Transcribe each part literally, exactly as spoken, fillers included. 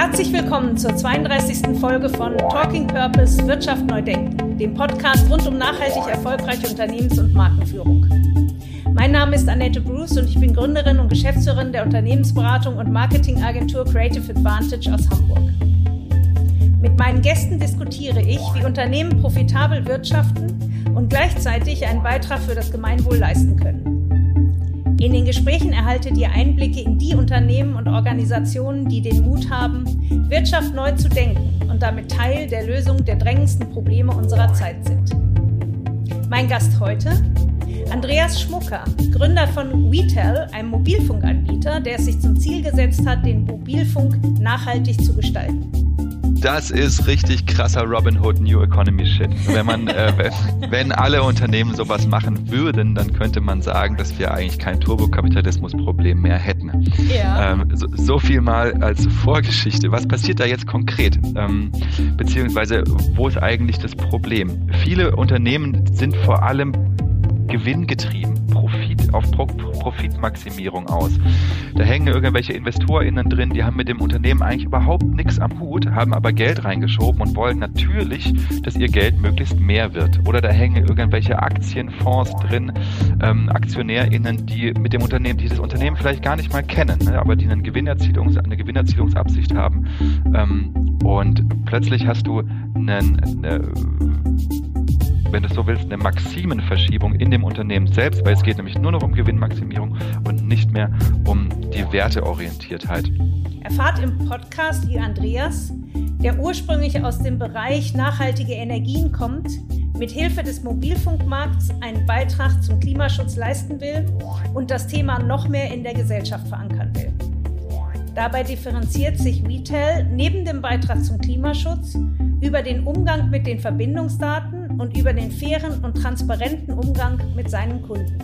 Herzlich willkommen zur zweiunddreißigsten Folge von Talking Purpose – Wirtschaft neu denken, dem Podcast rund um nachhaltig erfolgreiche Unternehmens- und Markenführung. Mein Name ist Annette Bruce und ich bin Gründerin und Geschäftsführerin der Unternehmensberatung und Marketingagentur Creative Advantage aus Hamburg. Mit meinen Gästen diskutiere ich, wie Unternehmen profitabel wirtschaften und gleichzeitig einen Beitrag für das Gemeinwohl leisten können. In den Gesprächen erhaltet ihr Einblicke in die Unternehmen und Organisationen, die den Mut haben, Wirtschaft neu zu denken und damit Teil der Lösung der drängendsten Probleme unserer Zeit sind. Mein Gast heute: Andreas Schmucker, Gründer von WeTel, einem Mobilfunkanbieter, der es sich zum Ziel gesetzt hat, den Mobilfunk nachhaltig zu gestalten. Das ist richtig krasser Robin Hood New Economy Shit. Wenn man, äh, wenn alle Unternehmen sowas machen würden, dann könnte man sagen, dass wir eigentlich kein Turbokapitalismus-Problem mehr hätten. Ja. Ähm, so, so viel mal als Vorgeschichte. Was passiert da jetzt konkret? Ähm, beziehungsweise, wo ist eigentlich das Problem? Viele Unternehmen sind vor allem gewinngetrieben, Profit auf Pro- Profitmaximierung aus. Da hängen irgendwelche InvestorInnen drin, die haben mit dem Unternehmen eigentlich überhaupt nichts am Hut, haben aber Geld reingeschoben und wollen natürlich, dass ihr Geld möglichst mehr wird. Oder da hängen irgendwelche Aktienfonds drin, ähm, AktionärInnen, die mit dem Unternehmen, die das Unternehmen vielleicht gar nicht mal kennen, ne, aber die einen Gewinnerzielungs-, eine Gewinnerzielungsabsicht haben. Ähm, und plötzlich hast du einen, eine, wenn du so willst, eine Maximenverschiebung in dem Unternehmen selbst, weil es geht nämlich nur noch um Gewinnmaximierung und nicht mehr um die Werteorientiertheit. Erfahrt im Podcast, wie Andreas, der ursprünglich aus dem Bereich nachhaltige Energien kommt, mit Hilfe des Mobilfunkmarkts einen Beitrag zum Klimaschutz leisten will und das Thema noch mehr in der Gesellschaft verankern will. Dabei differenziert sich WeTel neben dem Beitrag zum Klimaschutz über den Umgang mit den Verbindungsdaten und über den fairen und transparenten Umgang mit seinen Kunden.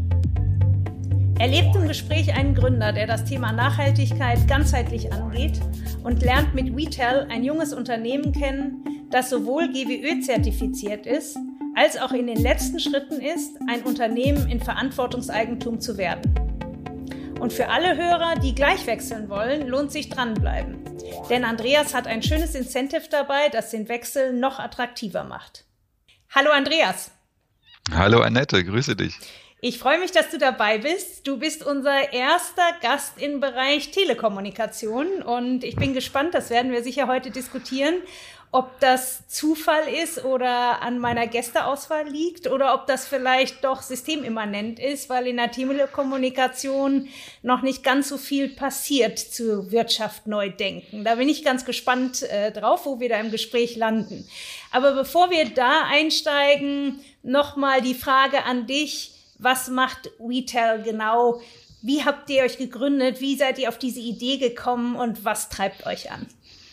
Erlebt im Gespräch einen Gründer, der das Thema Nachhaltigkeit ganzheitlich angeht und lernt mit WeTel ein junges Unternehmen kennen, das sowohl G W Ö-zertifiziert ist, als auch in den letzten Schritten ist, ein Unternehmen in Verantwortungseigentum zu werden. Und für alle Hörer, die gleich wechseln wollen, lohnt sich dranbleiben. Denn Andreas hat ein schönes Incentive dabei, das den Wechsel noch attraktiver macht. Hallo Andreas. Hallo Annette, grüße dich. Ich freue mich, dass du dabei bist. Du bist unser erster Gast im Bereich Telekommunikation und ich bin gespannt, das werden wir sicher heute diskutieren, ob das Zufall ist oder an meiner Gästeauswahl liegt oder ob das vielleicht doch systemimmanent ist, weil in der Telekommunikation noch nicht ganz so viel passiert zu Wirtschaft neu denken. Da bin ich ganz gespannt äh, drauf, wo wir da im Gespräch landen. Aber bevor wir da einsteigen, nochmal die Frage an dich: Was macht WeTel genau? Wie habt ihr euch gegründet? Wie seid ihr auf diese Idee gekommen und was treibt euch an?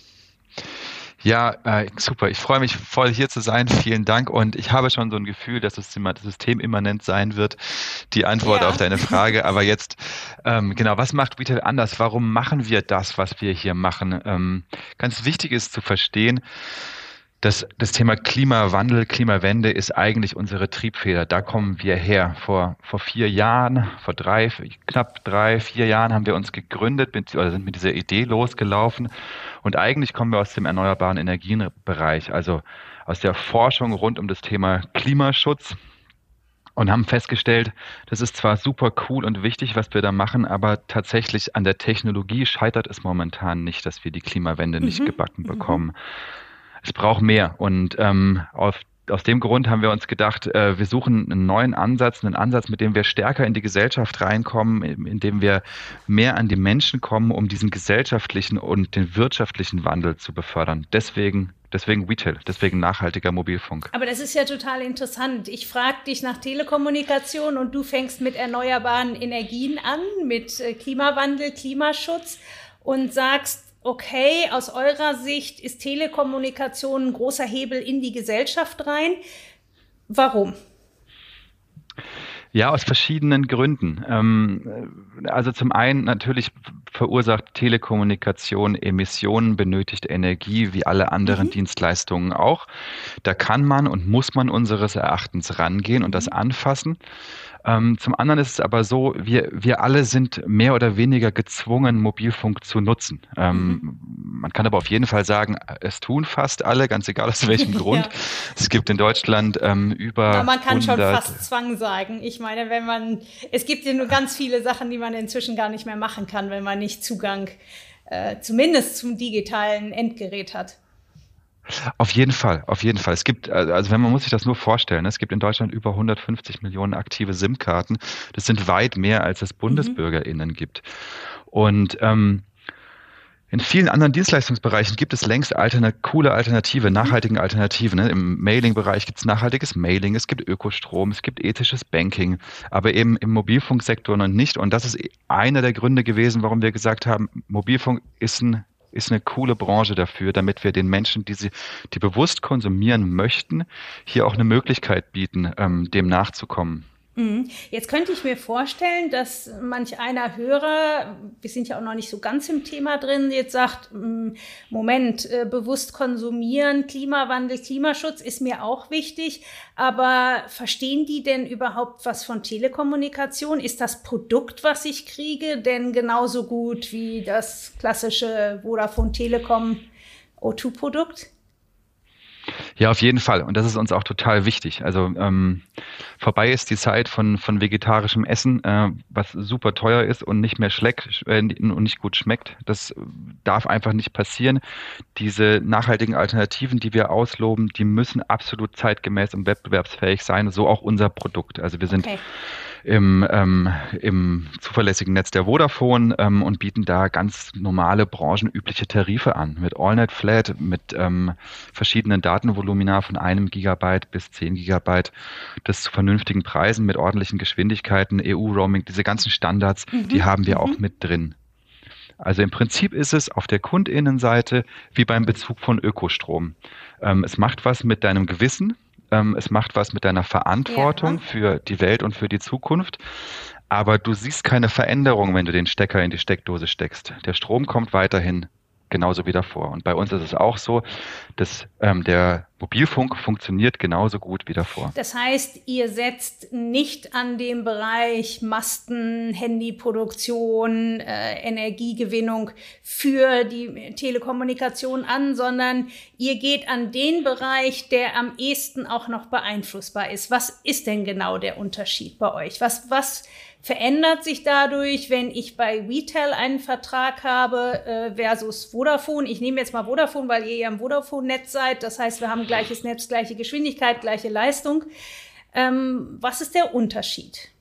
Ja, äh, super. Ich freue mich voll, hier zu sein. Vielen Dank. Und ich habe schon so ein Gefühl, dass das systemimmanent sein wird, die Antwort ja auf deine Frage. Aber jetzt, ähm, genau, was macht WeTel anders? Warum machen wir das, was wir hier machen? Ähm, ganz wichtig ist zu verstehen, dass das Thema Klimawandel, Klimawende ist eigentlich unsere Triebfeder. Da kommen wir her. Vor, vor vier Jahren, vor drei, knapp drei, vier Jahren haben wir uns gegründet, mit, oder sind mit dieser Idee losgelaufen. Und eigentlich kommen wir aus dem erneuerbaren Energienbereich, also aus der Forschung rund um das Thema Klimaschutz. Und haben festgestellt, das ist zwar super cool und wichtig, was wir da machen, aber tatsächlich an der Technologie scheitert es momentan nicht, dass wir die Klimawende nicht mhm. gebacken bekommen. Mhm. Es braucht mehr und ähm, auf, aus dem Grund haben wir uns gedacht, äh, wir suchen einen neuen Ansatz, einen Ansatz, mit dem wir stärker in die Gesellschaft reinkommen, in, in dem wir mehr an die Menschen kommen, um diesen gesellschaftlichen und den wirtschaftlichen Wandel zu befördern. Deswegen Deswegen WeTel, deswegen nachhaltiger Mobilfunk. Aber das ist ja total interessant. Ich frage dich nach Telekommunikation und du fängst mit erneuerbaren Energien an, mit Klimawandel, Klimaschutz und sagst, okay, aus eurer Sicht ist Telekommunikation ein großer Hebel in die Gesellschaft rein. Warum? Ja, aus verschiedenen Gründen. Also zum einen natürlich verursacht Telekommunikation Emissionen, benötigt Energie wie alle anderen mhm. Dienstleistungen auch. Da kann man und muss man unseres Erachtens rangehen und das anfassen. Ähm, zum anderen ist es aber so, wir, wir alle sind mehr oder weniger gezwungen, Mobilfunk zu nutzen. Ähm, mhm. man kann aber auf jeden Fall sagen, es tun fast alle, ganz egal aus welchem Grund. Ja. Es gibt in Deutschland ähm, über Na, man kann hundert schon fast Zwang sagen. Ich meine, wenn man, es gibt ja nur ganz viele Sachen, die man inzwischen gar nicht mehr machen kann, wenn man nicht Zugang äh, zumindest zum digitalen Endgerät hat. Auf jeden Fall, auf jeden Fall. Es gibt, also wenn man muss sich das nur vorstellen, es gibt in Deutschland über hundertfünfzig Millionen aktive SIM-Karten. Das sind weit mehr, als es BundesbürgerInnen mhm. gibt. Und ähm, in vielen anderen Dienstleistungsbereichen gibt es längst alterne, coole Alternative, nachhaltige Alternativen. Ne? Im Mailing-Bereich gibt es nachhaltiges Mailing, es gibt Ökostrom, es gibt ethisches Banking, aber eben im Mobilfunksektor noch nicht. Und das ist einer der Gründe gewesen, warum wir gesagt haben, Mobilfunk ist ein ist eine coole Branche dafür, damit wir den Menschen, die sie, die bewusst konsumieren möchten, hier auch eine Möglichkeit bieten, ähm, dem nachzukommen. Jetzt könnte ich mir vorstellen, dass manch einer Hörer, wir sind ja auch noch nicht so ganz im Thema drin, jetzt sagt, Moment, äh, bewusst konsumieren, Klimawandel, Klimaschutz ist mir auch wichtig, aber verstehen die denn überhaupt was von Telekommunikation? Ist das Produkt, was ich kriege, denn genauso gut wie das klassische Vodafone Telekom O zwei Produkt? Ja, auf jeden Fall. Und das ist uns auch total wichtig. Also ähm, vorbei ist die Zeit von, von vegetarischem Essen, äh, was super teuer ist und nicht mehr schmeckt äh, und nicht gut schmeckt. Das darf einfach nicht passieren. Diese nachhaltigen Alternativen, die wir ausloben, die müssen absolut zeitgemäß und wettbewerbsfähig sein. So auch unser Produkt. Also wir sind okay. im, ähm, im zuverlässigen Netz der Vodafone ähm, und bieten da ganz normale branchenübliche Tarife an. Mit AllNet Flat, mit ähm, verschiedenen Datenvolumina von einem Gigabyte bis zehn Gigabyte. Das zu vernünftigen Preisen mit ordentlichen Geschwindigkeiten, E U-Roaming, diese ganzen Standards, mhm. die haben wir mhm. auch mit drin. Also im Prinzip ist es auf der KundInnenseite wie beim Bezug von Ökostrom. Ähm, es macht was mit deinem Gewissen. Es macht was mit deiner Verantwortung ja. für die Welt und für die Zukunft. Aber du siehst keine Veränderung, wenn du den Stecker in die Steckdose steckst. Der Strom kommt weiterhin genauso wie davor. Und bei uns ist es auch so, dass ähm, der Mobilfunk funktioniert genauso gut wie davor. Das heißt, ihr setzt nicht an dem Bereich Masten, Handyproduktion, äh, Energiegewinnung für die Telekommunikation an, sondern ihr geht an den Bereich, der am ehesten auch noch beeinflussbar ist. Was ist denn genau der Unterschied bei euch? Was, was verändert sich dadurch, wenn ich bei Retail einen Vertrag habe äh, versus Vodafone? Ich nehme jetzt mal Vodafone, weil ihr ja im Vodafone-Netz seid. Das heißt, wir haben gleiches Netz, gleiche Geschwindigkeit, gleiche Leistung. Ähm, was ist der Unterschied?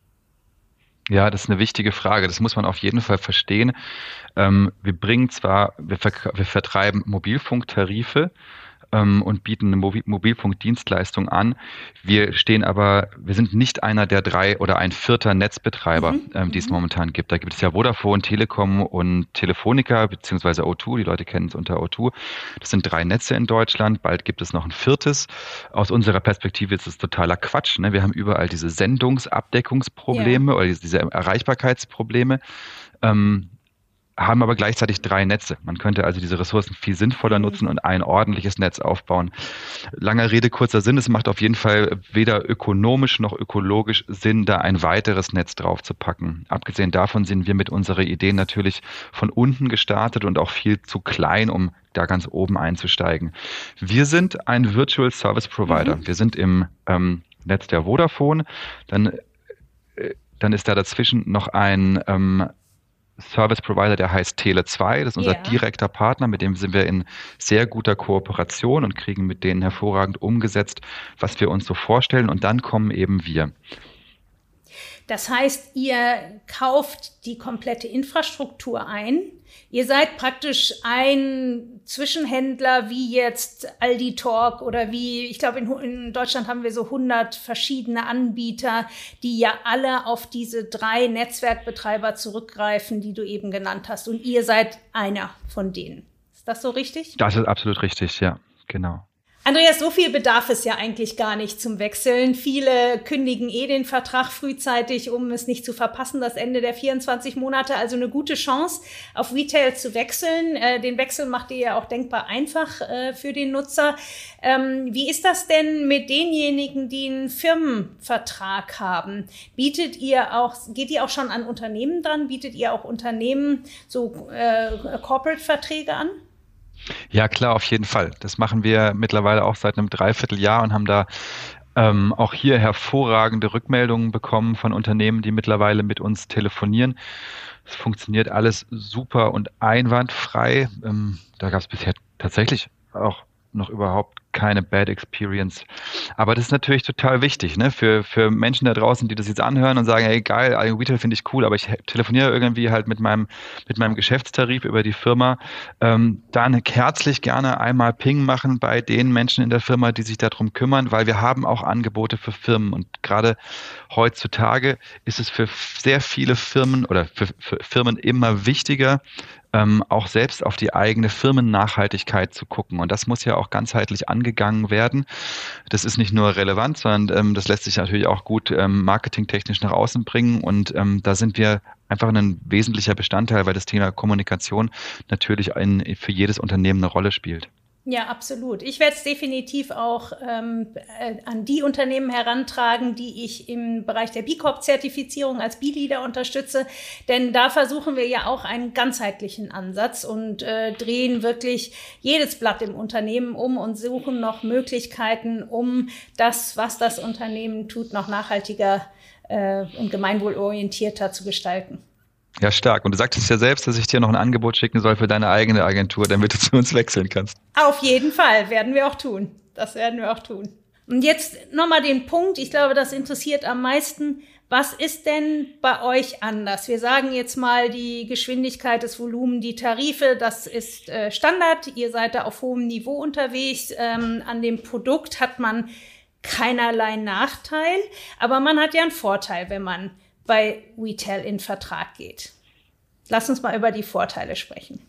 Ja, das ist eine wichtige Frage. Das muss man auf jeden Fall verstehen. Ähm, wir bringen zwar, wir, ver- wir vertreiben Mobilfunktarife, und bieten eine Mobilfunkdienstleistung an. Wir stehen aber, wir sind nicht einer der drei oder ein vierter Netzbetreiber, mhm. ähm, die es momentan gibt. Da gibt es ja Vodafone, Telekom und Telefonica beziehungsweise O zwei. Die Leute kennen es unter O zwei. Das sind drei Netze in Deutschland. Bald gibt es noch ein viertes. Aus unserer Perspektive ist es totaler Quatsch. Ne? Wir haben überall diese Sendungsabdeckungsprobleme ja. oder diese Erreichbarkeitsprobleme. Ähm, haben aber gleichzeitig drei Netze. Man könnte also diese Ressourcen viel sinnvoller nutzen und ein ordentliches Netz aufbauen. Langer Rede, kurzer Sinn. Es macht auf jeden Fall weder ökonomisch noch ökologisch Sinn, da ein weiteres Netz draufzupacken. Abgesehen davon sind wir mit unserer Idee natürlich von unten gestartet und auch viel zu klein, um da ganz oben einzusteigen. Wir sind ein Virtual Service Provider. Mhm. Wir sind im ähm, Netz der Vodafone. Dann, äh, dann ist da dazwischen noch ein ähm, Service Provider, der heißt Tele zwei, das ist unser yeah. direkter Partner, mit dem sind wir in sehr guter Kooperation und kriegen mit denen hervorragend umgesetzt, was wir uns so vorstellen, und dann kommen eben wir. Das heißt, ihr kauft die komplette Infrastruktur ein. Ihr seid praktisch ein Zwischenhändler wie jetzt Aldi Talk oder wie, ich glaube, in, in Deutschland haben wir so hundert verschiedene Anbieter, die ja alle auf diese drei Netzwerkbetreiber zurückgreifen, die du eben genannt hast. Und ihr seid einer von denen. Ist das so richtig? Das ist absolut richtig, ja, genau. Andreas, so viel bedarf es ja eigentlich gar nicht zum Wechseln. Viele kündigen eh den Vertrag frühzeitig, um es nicht zu verpassen, das Ende der vierundzwanzig Monate. Also eine gute Chance, auf Retail zu wechseln. Äh, den Wechsel macht ihr ja auch denkbar einfach äh, für den Nutzer. Ähm, wie ist das denn mit denjenigen, die einen Firmenvertrag haben? Bietet ihr auch, geht ihr auch schon an Unternehmen dran? Bietet ihr auch Unternehmen so äh, Corporate-Verträge an? Ja, klar, auf jeden Fall. Das machen wir mittlerweile auch seit einem Dreivierteljahr und haben da ähm, auch hier hervorragende Rückmeldungen bekommen von Unternehmen, die mittlerweile mit uns telefonieren. Es funktioniert alles super und einwandfrei. Ähm, da gab es bisher tatsächlich auch noch überhaupt keine Bad Experience. Aber das ist natürlich total wichtig, ne? Für, für Menschen da draußen, die das jetzt anhören und sagen, hey geil, Retail finde ich cool, aber ich telefoniere irgendwie halt mit meinem, mit meinem Geschäftstarif über die Firma. Ähm, dann herzlich gerne einmal Ping machen bei den Menschen in der Firma, die sich darum kümmern, weil wir haben auch Angebote für Firmen. Und gerade heutzutage ist es für sehr viele Firmen oder für, für Firmen immer wichtiger, Ähm, auch selbst auf die eigene Firmennachhaltigkeit zu gucken. Und das muss ja auch ganzheitlich angegangen werden. Das ist nicht nur relevant, sondern ähm, das lässt sich natürlich auch gut ähm, marketingtechnisch nach außen bringen. Und ähm, da sind wir einfach ein wesentlicher Bestandteil, weil das Thema Kommunikation natürlich ein, für jedes Unternehmen eine Rolle spielt. Ja, absolut. Ich werde es definitiv auch ähm, äh, an die Unternehmen herantragen, die ich im Bereich der B Corp-Zertifizierung als B-Leader unterstütze. Denn da versuchen wir ja auch einen ganzheitlichen Ansatz und äh, drehen wirklich jedes Blatt im Unternehmen um und suchen noch Möglichkeiten, um das, was das Unternehmen tut, noch nachhaltiger äh, und gemeinwohlorientierter zu gestalten. Ja, stark. Und du sagtest ja selbst, dass ich dir noch ein Angebot schicken soll für deine eigene Agentur, damit du zu uns wechseln kannst. Auf jeden Fall, werden wir auch tun. Das werden wir auch tun. Und jetzt nochmal den Punkt, ich glaube, das interessiert am meisten. Was ist denn bei euch anders? Wir sagen jetzt mal die Geschwindigkeit, das Volumen, die Tarife, das ist äh, Standard. Ihr seid da auf hohem Niveau unterwegs. Ähm, an dem Produkt hat man keinerlei Nachteil, aber man hat ja einen Vorteil, wenn man bei Retail in Vertrag geht. Lass uns mal über die Vorteile sprechen.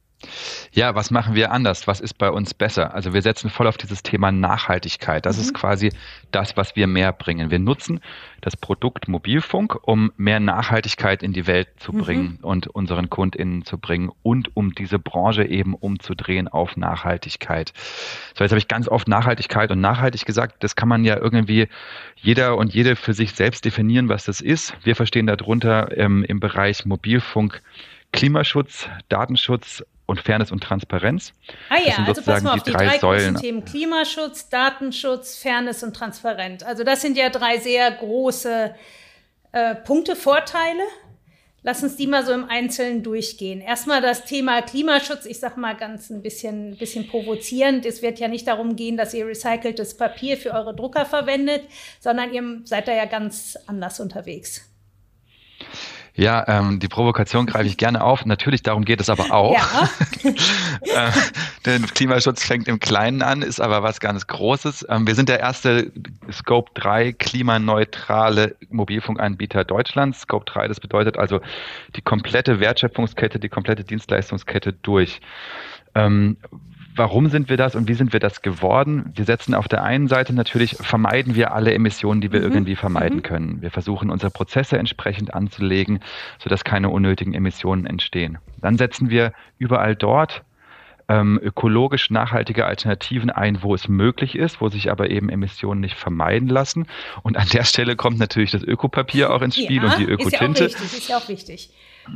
Ja, was machen wir anders? Was ist bei uns besser? Also wir setzen voll auf dieses Thema Nachhaltigkeit. Das mhm. ist quasi das, was wir mehr bringen. Wir nutzen das Produkt Mobilfunk, um mehr Nachhaltigkeit in die Welt zu bringen mhm. und unseren KundInnen zu bringen und um diese Branche eben umzudrehen auf Nachhaltigkeit. So, jetzt habe ich ganz oft Nachhaltigkeit und nachhaltig gesagt. Das kann man ja irgendwie jeder und jede für sich selbst definieren, was das ist. Wir verstehen darunter ähm, im Bereich Mobilfunk Klimaschutz, Datenschutz und Fairness und Transparenz. Ah ja, also pass mal auf die, die drei, drei großen Themen. Klimaschutz, Datenschutz, Fairness und Transparenz. Also das sind ja drei sehr große äh, Punkte, Vorteile. Lass uns die mal so im Einzelnen durchgehen. Erstmal das Thema Klimaschutz. Ich sag mal ganz ein bisschen, bisschen provozierend. Es wird ja nicht darum gehen, dass ihr recyceltes Papier für eure Drucker verwendet, sondern ihr seid da ja ganz anders unterwegs. Ja, ähm, die Provokation greife ich gerne auf. Natürlich, darum geht es aber auch. Ja. äh, denn Klimaschutz fängt im Kleinen an, ist aber was ganz Großes. Ähm, wir sind der erste Scope drei klimaneutrale Mobilfunkanbieter Deutschlands. Scope drei, das bedeutet also die komplette Wertschöpfungskette, die komplette Dienstleistungskette durch. Ähm, Warum sind wir das und wie sind wir das geworden? Wir setzen auf der einen Seite natürlich, vermeiden wir alle Emissionen, die wir mhm. irgendwie vermeiden mhm. können. Wir versuchen, unsere Prozesse entsprechend anzulegen, sodass keine unnötigen Emissionen entstehen. Dann setzen wir überall dort ähm, ökologisch nachhaltige Alternativen ein, wo es möglich ist, wo sich aber eben Emissionen nicht vermeiden lassen. Und an der Stelle kommt natürlich das Ökopapier auch ins Spiel ja, und die Ökotinte. Ist ja auch wichtig, ist ja auch wichtig.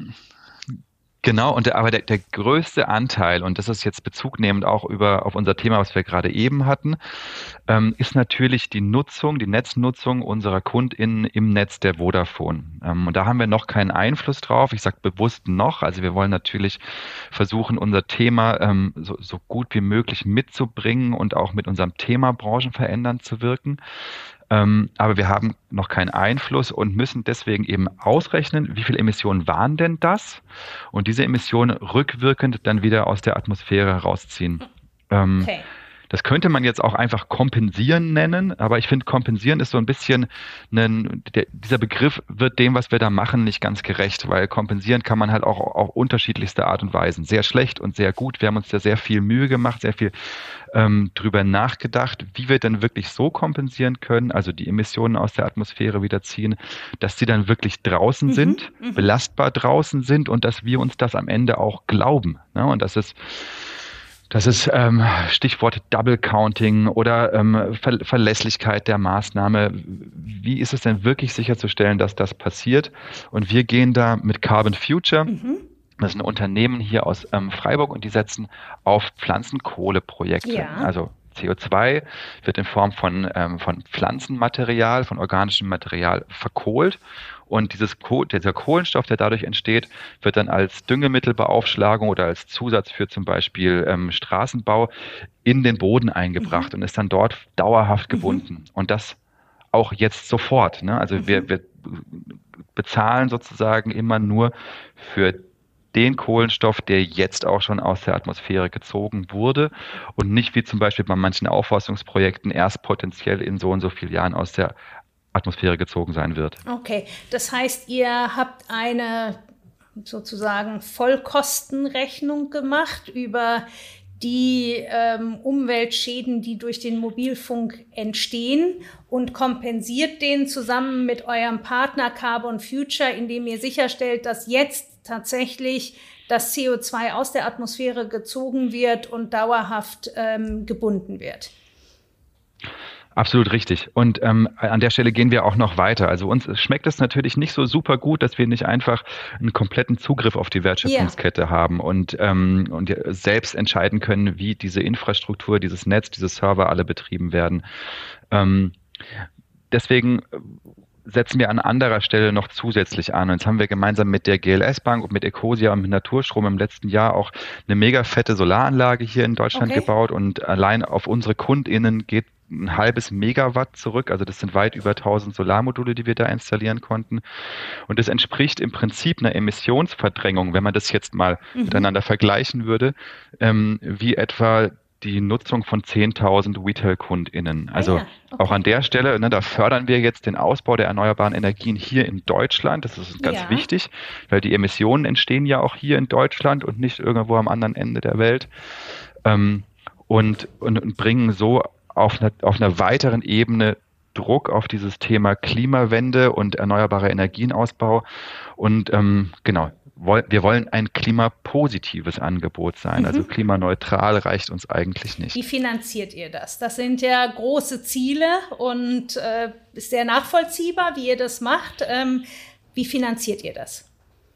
Genau, und der, aber der, der größte Anteil, und das ist jetzt bezugnehmend auch über auf unser Thema, was wir gerade eben hatten, ähm, ist natürlich die Nutzung, die Netznutzung unserer KundInnen im Netz der Vodafone. Ähm, und da haben wir noch keinen Einfluss drauf. Ich sage bewusst noch. Also wir wollen natürlich versuchen, unser Thema ähm, so, so gut wie möglich mitzubringen und auch mit unserem Thema branchenverändernd zu wirken. Ähm, aber wir haben noch keinen Einfluss und müssen deswegen eben ausrechnen, wie viele Emissionen waren denn das? Und diese Emissionen rückwirkend dann wieder aus der Atmosphäre herausziehen. Ähm, okay. Das könnte man jetzt auch einfach kompensieren nennen, aber ich finde, kompensieren ist so ein bisschen, ein, der, dieser Begriff wird dem, was wir da machen, nicht ganz gerecht, weil kompensieren kann man halt auch auf unterschiedlichste Art und Weisen. Sehr schlecht und sehr gut. Wir haben uns da sehr viel Mühe gemacht, sehr viel ähm, drüber nachgedacht, wie wir denn wirklich so kompensieren können, also die Emissionen aus der Atmosphäre wieder ziehen, dass sie dann wirklich draußen mhm, sind, m- belastbar draußen sind und dass wir uns das am Ende auch glauben. Ne? Und das ist Das ist ähm, Stichwort Double Counting oder ähm, Ver- Verlässlichkeit der Maßnahme. Wie ist es denn wirklich sicherzustellen, dass das passiert? Und wir gehen da mit Carbon Future, mhm. Das ist ein Unternehmen hier aus ähm, Freiburg und die setzen auf Pflanzenkohleprojekte. Ja. Also C O zwei wird in Form von, ähm, von Pflanzenmaterial, von organischem Material verkohlt. Und dieses Koh- dieser Kohlenstoff, der dadurch entsteht, wird dann als Düngemittelbeaufschlagung oder als Zusatz für zum Beispiel ähm, Straßenbau in den Boden eingebracht mhm. und ist dann dort dauerhaft gebunden. Mhm. Und das auch jetzt sofort. Ne? Also mhm. wir, wir bezahlen sozusagen immer nur für den Kohlenstoff, der jetzt auch schon aus der Atmosphäre gezogen wurde und nicht wie zum Beispiel bei manchen Aufforstungsprojekten erst potenziell in so und so vielen Jahren aus der Atmosphäre gezogen sein wird. Okay, das heißt, ihr habt eine sozusagen Vollkostenrechnung gemacht über die ähm, Umweltschäden, die durch den Mobilfunk entstehen und kompensiert den zusammen mit eurem Partner Carbon Future, indem ihr sicherstellt, dass jetzt tatsächlich das C O zwei aus der Atmosphäre gezogen wird und dauerhaft ähm, gebunden wird. Absolut richtig. Und ähm, an der Stelle gehen wir auch noch weiter. Also uns schmeckt es natürlich nicht so super gut, dass wir nicht einfach einen kompletten Zugriff auf die Wertschöpfungskette yeah. haben und, ähm, und selbst entscheiden können, wie diese Infrastruktur, dieses Netz, diese Server alle betrieben werden. Ähm, deswegen setzen wir an anderer Stelle noch zusätzlich an. Und jetzt haben wir gemeinsam mit der G L S Bank und mit Ecosia und mit Naturstrom im letzten Jahr auch eine mega fette Solaranlage hier in Deutschland okay. gebaut. Und allein auf unsere KundInnen geht ein halbes Megawatt zurück. Also das sind weit über tausend Solarmodule, die wir da installieren konnten. Und das entspricht im Prinzip einer Emissionsverdrängung, wenn man das jetzt mal mhm. miteinander vergleichen würde, ähm, wie etwa die Nutzung von zehntausend Retail-KundInnen. Also ah ja, okay. auch an der Stelle, ne, da fördern wir jetzt den Ausbau der erneuerbaren Energien hier in Deutschland. Das ist ganz ja. wichtig, weil die Emissionen entstehen ja auch hier in Deutschland und nicht irgendwo am anderen Ende der Welt. Ähm, und, und, und bringen so auf einer, auf einer weiteren Ebene Druck auf dieses Thema Klimawende und erneuerbare Energienausbau. Und ähm, genau, wir wollen ein klimapositives Angebot sein. Mhm. Also klimaneutral reicht uns eigentlich nicht. Wie finanziert ihr das? Das sind ja große Ziele und äh, ist sehr nachvollziehbar, wie ihr das macht. Ähm, wie finanziert ihr das?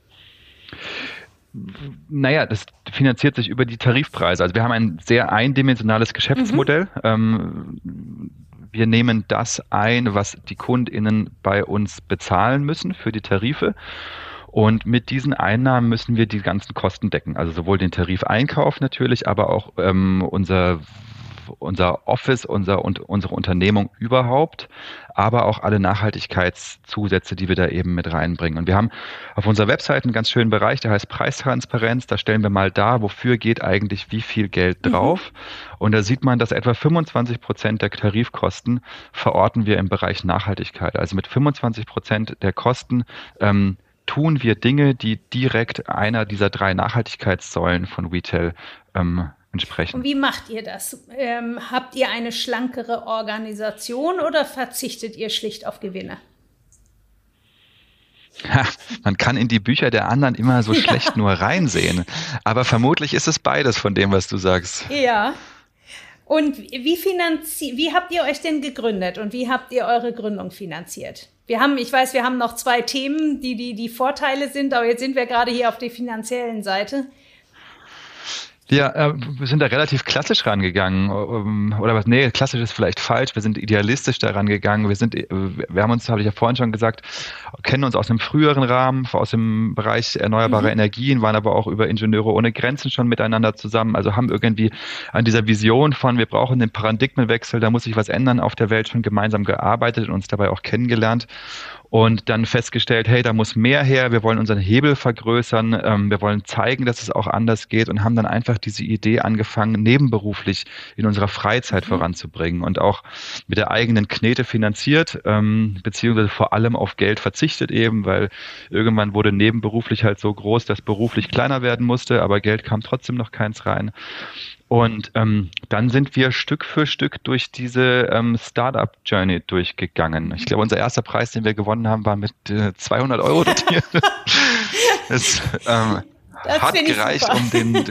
Naja, das finanziert sich über die Tarifpreise. Also wir haben ein sehr eindimensionales Geschäftsmodell. Mhm. Ähm, wir nehmen das ein, was die KundInnen bei uns bezahlen müssen für die Tarife. Und mit diesen Einnahmen müssen wir die ganzen Kosten decken. Also sowohl den Tarifeinkauf natürlich, aber auch ähm, unser unser Office, unser, und unsere Unternehmung überhaupt, aber auch alle Nachhaltigkeitszusätze, die wir da eben mit reinbringen. Und wir haben auf unserer Website einen ganz schönen Bereich, der heißt Preistransparenz. Da stellen wir mal dar, wofür geht eigentlich wie viel Geld drauf. Mhm. Und da sieht man, dass etwa fünfundzwanzig Prozent der Tarifkosten verorten wir im Bereich Nachhaltigkeit. Also mit fünfundzwanzig Prozent der Kosten ähm, tun wir Dinge, die direkt einer dieser drei Nachhaltigkeitssäulen von Retail ähm, entsprechen. Und wie macht ihr das? Ähm, habt ihr eine schlankere Organisation oder verzichtet ihr schlicht auf Gewinne? Ha, man kann in die Bücher der anderen immer so ja. schlecht nur reinsehen. Aber vermutlich ist es beides von dem, was du sagst. Ja. Und wie, finanzi- wie habt ihr euch denn gegründet und wie habt ihr eure Gründung finanziert? Wir haben, ich weiß, wir haben noch zwei Themen, die die, die Vorteile sind, aber jetzt sind wir gerade hier auf der finanziellen Seite. Ja, äh, wir sind da relativ klassisch rangegangen. Ähm, oder was? Nee, klassisch ist vielleicht falsch. Wir sind idealistisch da rangegangen. Wir sind, äh, wir haben uns, habe ich ja vorhin schon gesagt, kennen uns aus einem früheren Rahmen, aus dem Bereich erneuerbare mhm. Energien, waren aber auch über Ingenieure ohne Grenzen schon miteinander zusammen. Also haben irgendwie an dieser Vision von, wir brauchen den Paradigmenwechsel, da muss sich was ändern auf der Welt, schon gemeinsam gearbeitet und uns dabei auch kennengelernt. Und dann festgestellt, hey, da muss mehr her, wir wollen unseren Hebel vergrößern, ähm, wir wollen zeigen, dass es auch anders geht und haben dann einfach diese Idee angefangen, nebenberuflich in unserer Freizeit mhm. voranzubringen und auch mit der eigenen Knete finanziert, ähm, beziehungsweise vor allem auf Geld verzichtet eben, weil irgendwann wurde nebenberuflich halt so groß, dass beruflich kleiner werden musste, aber Geld kam trotzdem noch keins rein. Und ähm, dann sind wir Stück für Stück durch diese ähm, Startup-Journey durchgegangen. Ich glaube, unser erster Preis, den wir gewonnen haben, war mit äh, zweihundert Euro dotiert. Das ähm, hat gereicht, um den,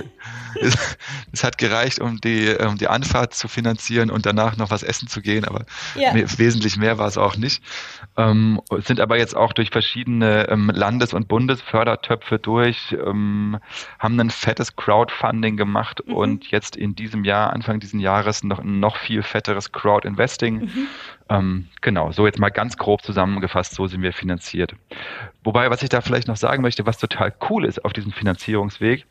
es hat gereicht, um die, um die Anfahrt zu finanzieren und danach noch was essen zu gehen, aber ja. mehr, wesentlich mehr war es auch nicht. Ähm, sind aber jetzt auch durch verschiedene ähm, Landes- und Bundesfördertöpfe durch, ähm, haben ein fettes Crowdfunding gemacht mhm. und jetzt in diesem Jahr, Anfang dieses Jahres, noch ein noch viel fetteres Crowdinvesting. Mhm. Ähm, genau, so jetzt mal ganz grob zusammengefasst, so sind wir finanziert. Wobei, was ich da vielleicht noch sagen möchte, was total cool ist auf diesem Finanzierungsweg,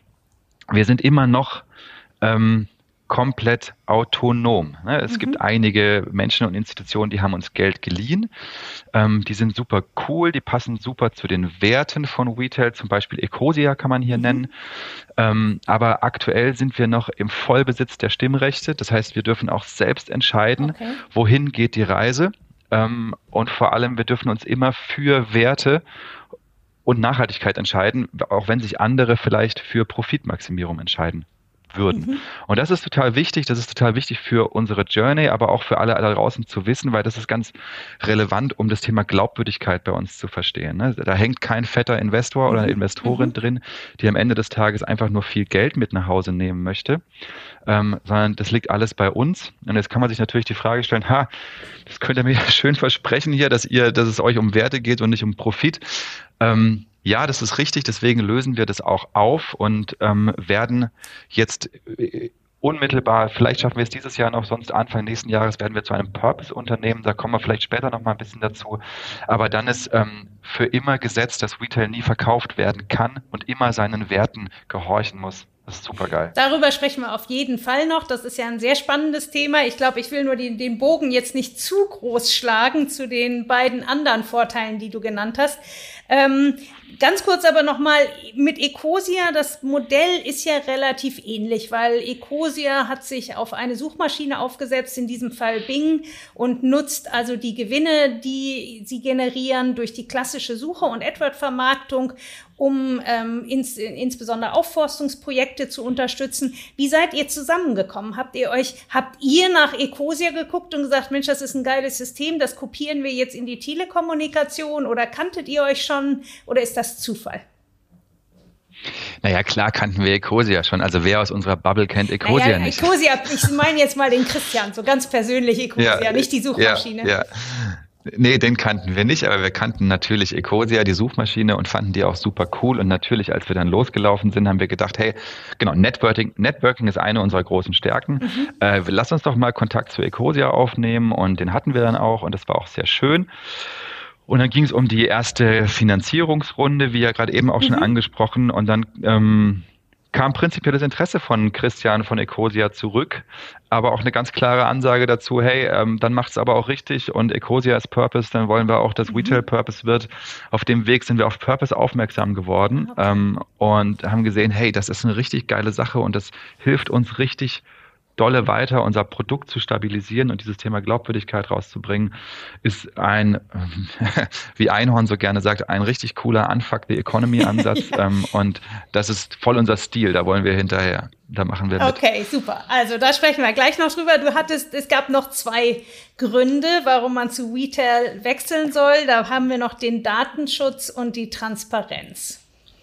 wir sind immer noch ähm, komplett autonom. Ne? Es mhm. gibt einige Menschen und Institutionen, die haben uns Geld geliehen. Ähm, die sind super cool, die passen super zu den Werten von Retail, zum Beispiel Ecosia kann man hier mhm. nennen. Ähm, aber aktuell sind wir noch im Vollbesitz der Stimmrechte. Das heißt, wir dürfen auch selbst entscheiden, okay. wohin geht die Reise. Ähm, und vor allem, wir dürfen uns immer für Werte und Nachhaltigkeit entscheiden, auch wenn sich andere vielleicht für Profitmaximierung entscheiden würden. Mhm. Und das ist total wichtig, das ist total wichtig für unsere Journey, aber auch für alle da draußen zu wissen, weil das ist ganz relevant, um das Thema Glaubwürdigkeit bei uns zu verstehen. Ne? Da hängt kein fetter Investor oder Investorin mhm. drin, die am Ende des Tages einfach nur viel Geld mit nach Hause nehmen möchte, ähm, sondern das liegt alles bei uns. Und jetzt kann man sich natürlich die Frage stellen, ha, das könnt ihr mir schön versprechen hier, dass ihr, dass es euch um Werte geht und nicht um Profit. Ähm, Ja, das ist richtig, deswegen lösen wir das auch auf und ähm, werden jetzt äh, unmittelbar, vielleicht schaffen wir es dieses Jahr noch, sonst Anfang nächsten Jahres werden wir zu einem Purpose-Unternehmen, da kommen wir vielleicht später noch mal ein bisschen dazu, aber dann ist ähm, für immer gesetzt, dass Retail nie verkauft werden kann und immer seinen Werten gehorchen muss. Das ist super geil. Darüber sprechen wir auf jeden Fall noch. Das ist ja ein sehr spannendes Thema. Ich glaube, ich will nur den, den Bogen jetzt nicht zu groß schlagen zu den beiden anderen Vorteilen, die du genannt hast. Ähm, ganz kurz aber nochmal mit Ecosia. Das Modell ist ja relativ ähnlich, weil Ecosia hat sich auf eine Suchmaschine aufgesetzt, in diesem Fall Bing, und nutzt also die Gewinne, die sie generieren durch die klassische Suche und AdWord-Vermarktung, um ähm, ins, insbesondere Aufforstungsprojekte zu unterstützen. Wie seid ihr zusammengekommen? Habt ihr euch, habt ihr nach Ecosia geguckt und gesagt, Mensch, das ist ein geiles System, das kopieren wir jetzt in die Telekommunikation, oder kanntet ihr euch schon, oder ist das Zufall? Naja, klar kannten wir Ecosia schon. Also wer aus unserer Bubble kennt Ecosia naja, nicht? Ecosia, ich meine jetzt mal den Christian, so ganz persönlich Ecosia, ja, nicht die Suchmaschine. Ja, ja. Nee, den kannten wir nicht, aber wir kannten natürlich Ecosia, die Suchmaschine, und fanden die auch super cool. Und natürlich, als wir dann losgelaufen sind, haben wir gedacht, hey, genau, Networking, Networking ist eine unserer großen Stärken. Mhm. Äh, lass uns doch mal Kontakt zu Ecosia aufnehmen, und den hatten wir dann auch, und das war auch sehr schön. Und dann ging es um die erste Finanzierungsrunde, wie ja gerade eben auch mhm. schon angesprochen, und dann ähm, kam prinzipielles Interesse von Christian von Ecosia zurück, aber auch eine ganz klare Ansage dazu, hey, ähm, dann macht es aber auch richtig, und Ecosia ist Purpose, dann wollen wir auch, dass mhm. Retail Purpose wird. Auf dem Weg sind wir auf Purpose aufmerksam geworden okay. ähm, und haben gesehen, hey, das ist eine richtig geile Sache, und das hilft uns richtig dolle weiter, unser Produkt zu stabilisieren und dieses Thema Glaubwürdigkeit rauszubringen, ist ein, wie Einhorn so gerne sagt, ein richtig cooler Unfuck-the-Economy-Ansatz. ja. ähm, und das ist voll unser Stil, da wollen wir hinterher. Da machen wir mit. Okay, super. Also da sprechen wir gleich noch drüber. Du hattest, es gab noch zwei Gründe, warum man zu Retail wechseln soll. Da haben wir noch den Datenschutz und die Transparenz.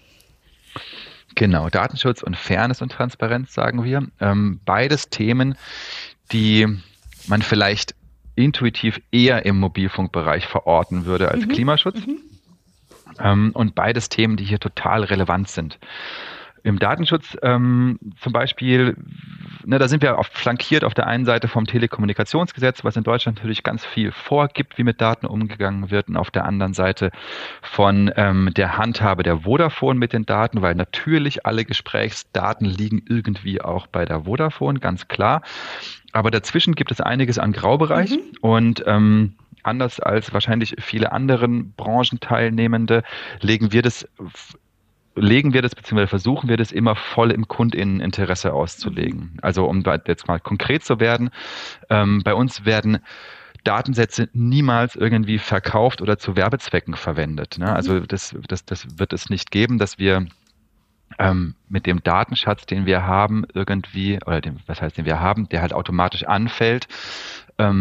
Genau, Datenschutz und Fairness und Transparenz, sagen wir. Ähm, beides Themen, die man vielleicht intuitiv eher im Mobilfunkbereich verorten würde als mhm. Klimaschutz. Mhm. Ähm, und beides Themen, die hier total relevant sind. Im Datenschutz ähm, zum Beispiel, ne, da sind wir oft flankiert auf der einen Seite vom Telekommunikationsgesetz, was in Deutschland natürlich ganz viel vorgibt, wie mit Daten umgegangen wird, und auf der anderen Seite von ähm, der Handhabe der Vodafone mit den Daten, weil natürlich alle Gesprächsdaten liegen irgendwie auch bei der Vodafone, ganz klar. Aber dazwischen gibt es einiges an Graubereich mhm. und ähm, anders als wahrscheinlich viele anderen Branchenteilnehmende legen wir das legen wir das, beziehungsweise versuchen wir das immer voll im Kundinneninteresse auszulegen. Also um jetzt mal konkret zu werden, ähm, bei uns werden Datensätze niemals irgendwie verkauft oder zu Werbezwecken verwendet. Ne? Also das, das, das wird es nicht geben, dass wir ähm, mit dem Datenschatz, den wir haben, irgendwie, oder dem, was heißt, den wir haben, der halt automatisch anfällt, ähm,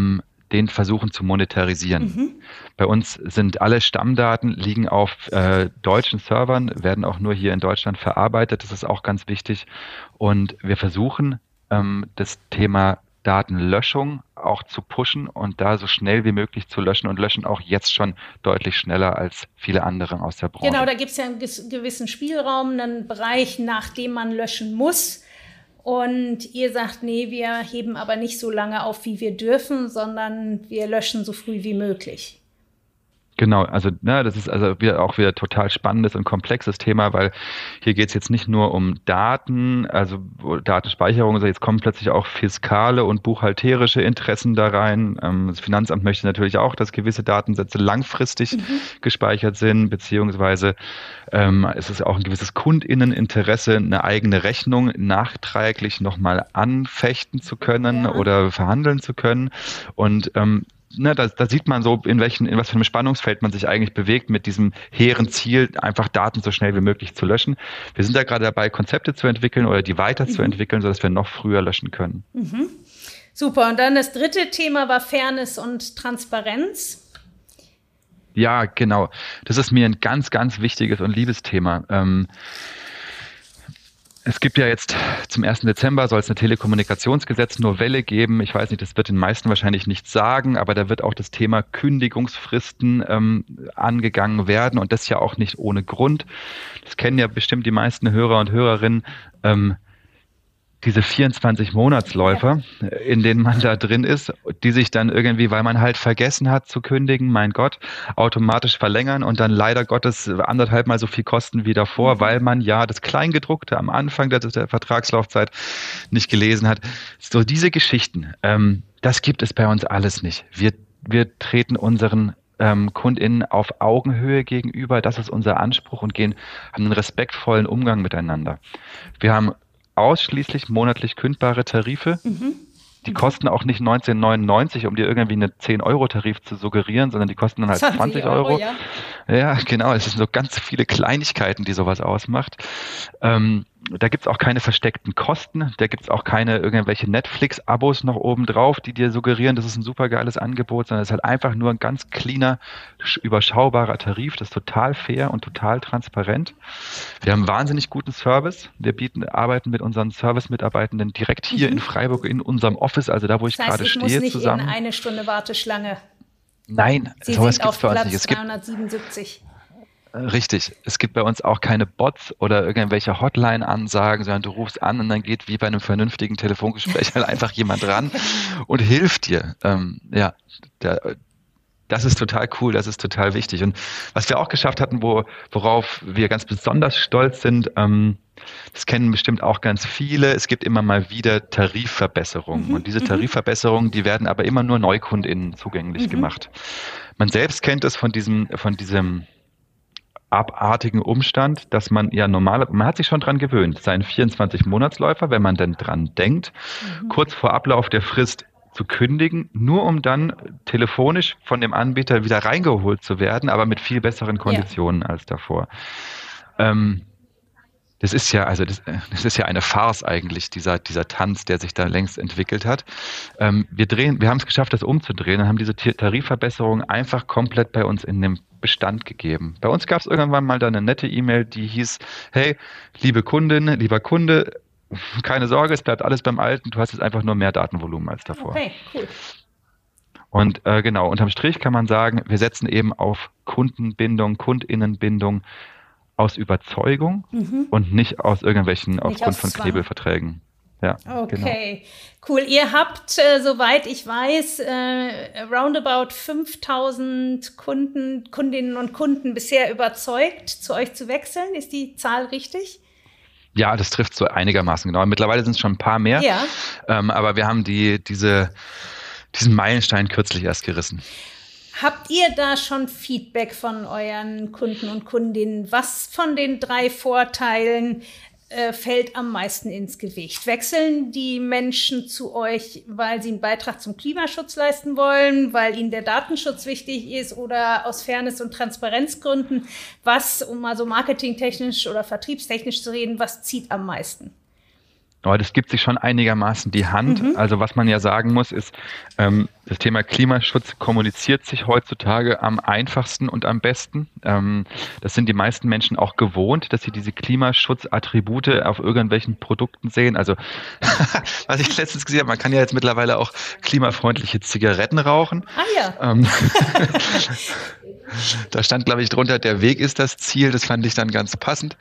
den versuchen zu monetarisieren. Mhm. Bei uns sind alle Stammdaten, liegen auf äh, deutschen Servern, werden auch nur hier in Deutschland verarbeitet. Das ist auch ganz wichtig. Und wir versuchen, ähm, das Thema Datenlöschung auch zu pushen und da so schnell wie möglich zu löschen und löschen auch jetzt schon deutlich schneller als viele andere aus der Branche. Genau, da gibt es ja einen gewissen Spielraum, einen Bereich, nach dem man löschen muss. Und ihr sagt, nee, wir heben aber nicht so lange auf, wie wir dürfen, sondern wir löschen so früh wie möglich. Genau, also ne, das ist also wieder auch wieder total spannendes und komplexes Thema, weil hier geht es jetzt nicht nur um Daten, also Datenspeicherung, sondern jetzt kommen plötzlich auch fiskale und buchhalterische Interessen da rein. Ähm, das Finanzamt möchte natürlich auch, dass gewisse Datensätze langfristig mhm. gespeichert sind, beziehungsweise ähm, es ist auch ein gewisses KundInneninteresse, eine eigene Rechnung nachträglich nochmal anfechten zu können ja. oder verhandeln zu können. Und ähm, Ne, da, da sieht man so, in welchen, in was für einem Spannungsfeld man sich eigentlich bewegt mit diesem hehren Ziel, einfach Daten so schnell wie möglich zu löschen. Wir sind da gerade dabei, Konzepte zu entwickeln oder die weiterzuentwickeln, mhm. sodass wir noch früher löschen können. Mhm. Super. Und dann das dritte Thema war Fairness und Transparenz. Ja, genau. Das ist mir ein ganz, ganz wichtiges und liebes Thema. Ähm, Es gibt ja jetzt zum ersten Dezember soll es eine Telekommunikationsgesetz-Novelle geben. Ich weiß nicht, das wird den meisten wahrscheinlich nichts sagen, aber da wird auch das Thema Kündigungsfristen ähm, angegangen werden und das ja auch nicht ohne Grund. Das kennen ja bestimmt die meisten Hörer und Hörerinnen. Ähm, diese vierundzwanzig-Monatsläufer, in denen man da drin ist, die sich dann irgendwie, weil man halt vergessen hat zu kündigen, mein Gott, automatisch verlängern und dann leider Gottes anderthalb Mal so viel kosten wie davor, mhm. weil man ja das Kleingedruckte am Anfang der, der Vertragslaufzeit nicht gelesen hat. So diese Geschichten, ähm, das gibt es bei uns alles nicht. Wir, wir treten unseren ähm, KundInnen auf Augenhöhe gegenüber, das ist unser Anspruch und gehen, haben einen respektvollen Umgang miteinander. Wir haben ausschließlich monatlich kündbare Tarife. Mhm. Die kosten auch nicht neunzehn neunundneunzig, um dir irgendwie einen zehn-Euro-Tarif zu suggerieren, sondern die kosten dann halt zwanzig Euro. Ja. ja, genau. Es sind so ganz viele Kleinigkeiten, die sowas ausmacht. Ähm, da gibt's auch keine versteckten Kosten. Da gibt's auch keine irgendwelche Netflix-Abos noch oben drauf, die dir suggerieren, das ist ein super geiles Angebot, sondern es ist halt einfach nur ein ganz cleaner, überschaubarer Tarif. Das ist total fair und total transparent. Wir haben einen wahnsinnig guten Service. Wir bieten, arbeiten mit unseren Service-Mitarbeitenden direkt hier mhm. in Freiburg in unserem Office, also da, wo ich das heißt, gerade ich stehe, muss nicht zusammen. In eine Stunde Warteschlange. Nein, Sie sowas sind gibt's auf bei uns Platz nicht. Es gibt dreihundertsiebenundsiebzig. Richtig. Es gibt bei uns auch keine Bots oder irgendwelche Hotline-Ansagen, sondern du rufst an und dann geht wie bei einem vernünftigen Telefongespräch halt einfach jemand ran und hilft dir. Ähm, ja, der, das ist total cool, das ist total wichtig. Und was wir auch geschafft hatten, wo, worauf wir ganz besonders stolz sind, ähm, das kennen bestimmt auch ganz viele, es gibt immer mal wieder Tarifverbesserungen. Mhm. Und diese Tarifverbesserungen, die werden aber immer nur NeukundInnen zugänglich mhm. gemacht. Man selbst kennt es von diesem, von diesem abartigen Umstand, dass man ja normal, man hat sich schon dran gewöhnt, seinen vierundzwanzig-Monatsläufer, wenn man denn dran denkt, mhm. kurz vor Ablauf der Frist zu kündigen, nur um dann telefonisch von dem Anbieter wieder reingeholt zu werden, aber mit viel besseren Konditionen ja. als davor. Ähm, das ist ja, also das, das ist ja eine Farce eigentlich, dieser, dieser Tanz, der sich da längst entwickelt hat. Ähm, wir drehen, wir haben es geschafft, das umzudrehen und haben diese Tarifverbesserung einfach komplett bei uns in dem Bestand gegeben. Bei uns gab es irgendwann mal da eine nette E-Mail, die hieß, hey, liebe Kundin, lieber Kunde, keine Sorge, es bleibt alles beim Alten, du hast jetzt einfach nur mehr Datenvolumen als davor. Okay, cool. Und äh, genau, unterm Strich kann man sagen, wir setzen eben auf Kundenbindung, KundInnenbindung aus Überzeugung mhm. und nicht aus irgendwelchen, nicht aufgrund von Zwang. Knebelverträgen. Ja, okay, genau. Cool. Ihr habt, äh, soweit ich weiß, äh, roundabout fünftausend Kunden, Kundinnen und Kunden bisher überzeugt, zu euch zu wechseln. Ist die Zahl richtig? Ja, das trifft so einigermaßen genau. Mittlerweile sind es schon ein paar mehr, ja. ähm, aber wir haben die, diese, diesen Meilenstein kürzlich erst gerissen. Habt ihr da schon Feedback von euren Kunden und Kundinnen? Was von den drei Vorteilen äh, fällt am meisten ins Gewicht? Wechseln die Menschen zu euch, weil sie einen Beitrag zum Klimaschutz leisten wollen, weil ihnen der Datenschutz wichtig ist oder aus Fairness- und Transparenzgründen? Was, um mal so marketingtechnisch oder vertriebstechnisch zu reden, was zieht am meisten? Oh, das gibt sich schon einigermaßen die Hand. Mhm. Also was man ja sagen muss, ist, ähm, das Thema Klimaschutz kommuniziert sich heutzutage am einfachsten und am besten. Ähm, das sind die meisten Menschen auch gewohnt, dass sie diese Klimaschutzattribute auf irgendwelchen Produkten sehen. Also was ich letztens gesehen habe, man kann ja jetzt mittlerweile auch klimafreundliche Zigaretten rauchen. Ah ja. Ähm, da stand, glaube ich, drunter, der Weg ist das Ziel. Das fand ich dann ganz passend.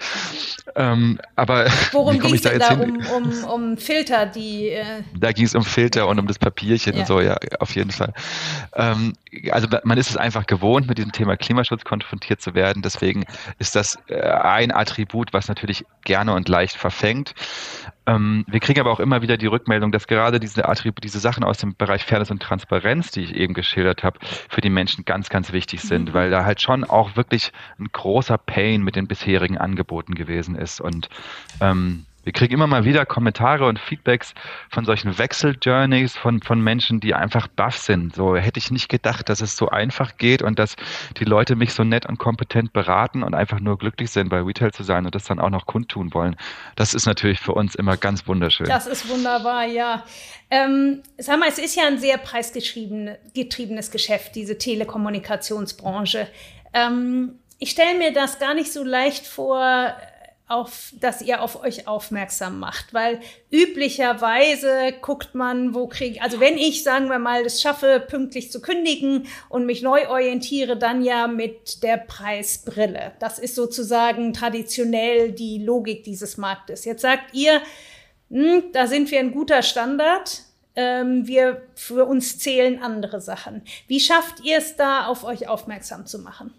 Ähm, aber worum ging es da denn jetzt da? hin? Um, um, um Filter, die... Äh Da ging es um Filter und um das Papierchen ja. und so, ja, auf jeden Fall. Ähm, also man ist es einfach gewohnt, mit diesem Thema Klimaschutz konfrontiert zu werden. Deswegen ist das äh, ein Attribut, was natürlich gerne und leicht verfängt. Ähm, wir kriegen aber auch immer wieder die Rückmeldung, dass gerade diese Attribute, diese Sachen aus dem Bereich Fairness und Transparenz, die ich eben geschildert habe, für die Menschen ganz, ganz wichtig sind, mhm. weil da halt schon auch wirklich ein großer Pain mit den bisherigen Angeboten gewesen ist. Und ähm, wir kriegen immer mal wieder Kommentare und Feedbacks von solchen Wechsel-Journeys von, von Menschen, die einfach baff sind. So hätte ich nicht gedacht, dass es so einfach geht und dass die Leute mich so nett und kompetent beraten und einfach nur glücklich sind, bei Retail zu sein und das dann auch noch kundtun wollen. Das ist natürlich für uns immer ganz wunderschön. Das ist wunderbar, ja. Ähm, sag mal, es ist ja ein sehr preisgetriebenes Geschäft, diese Telekommunikationsbranche. Ähm, ich stelle mir das gar nicht so leicht vor, auf, dass ihr auf euch aufmerksam macht, weil üblicherweise guckt man, wo kriege, also wenn ich, sagen wir mal, es schaffe, pünktlich zu kündigen und mich neu orientiere, dann ja mit der Preisbrille. Das ist sozusagen traditionell die Logik dieses Marktes. Jetzt sagt ihr, hm, da sind wir ein guter Standard, ähm, wir, für uns zählen andere Sachen. Wie schafft ihr es da, auf euch aufmerksam zu machen?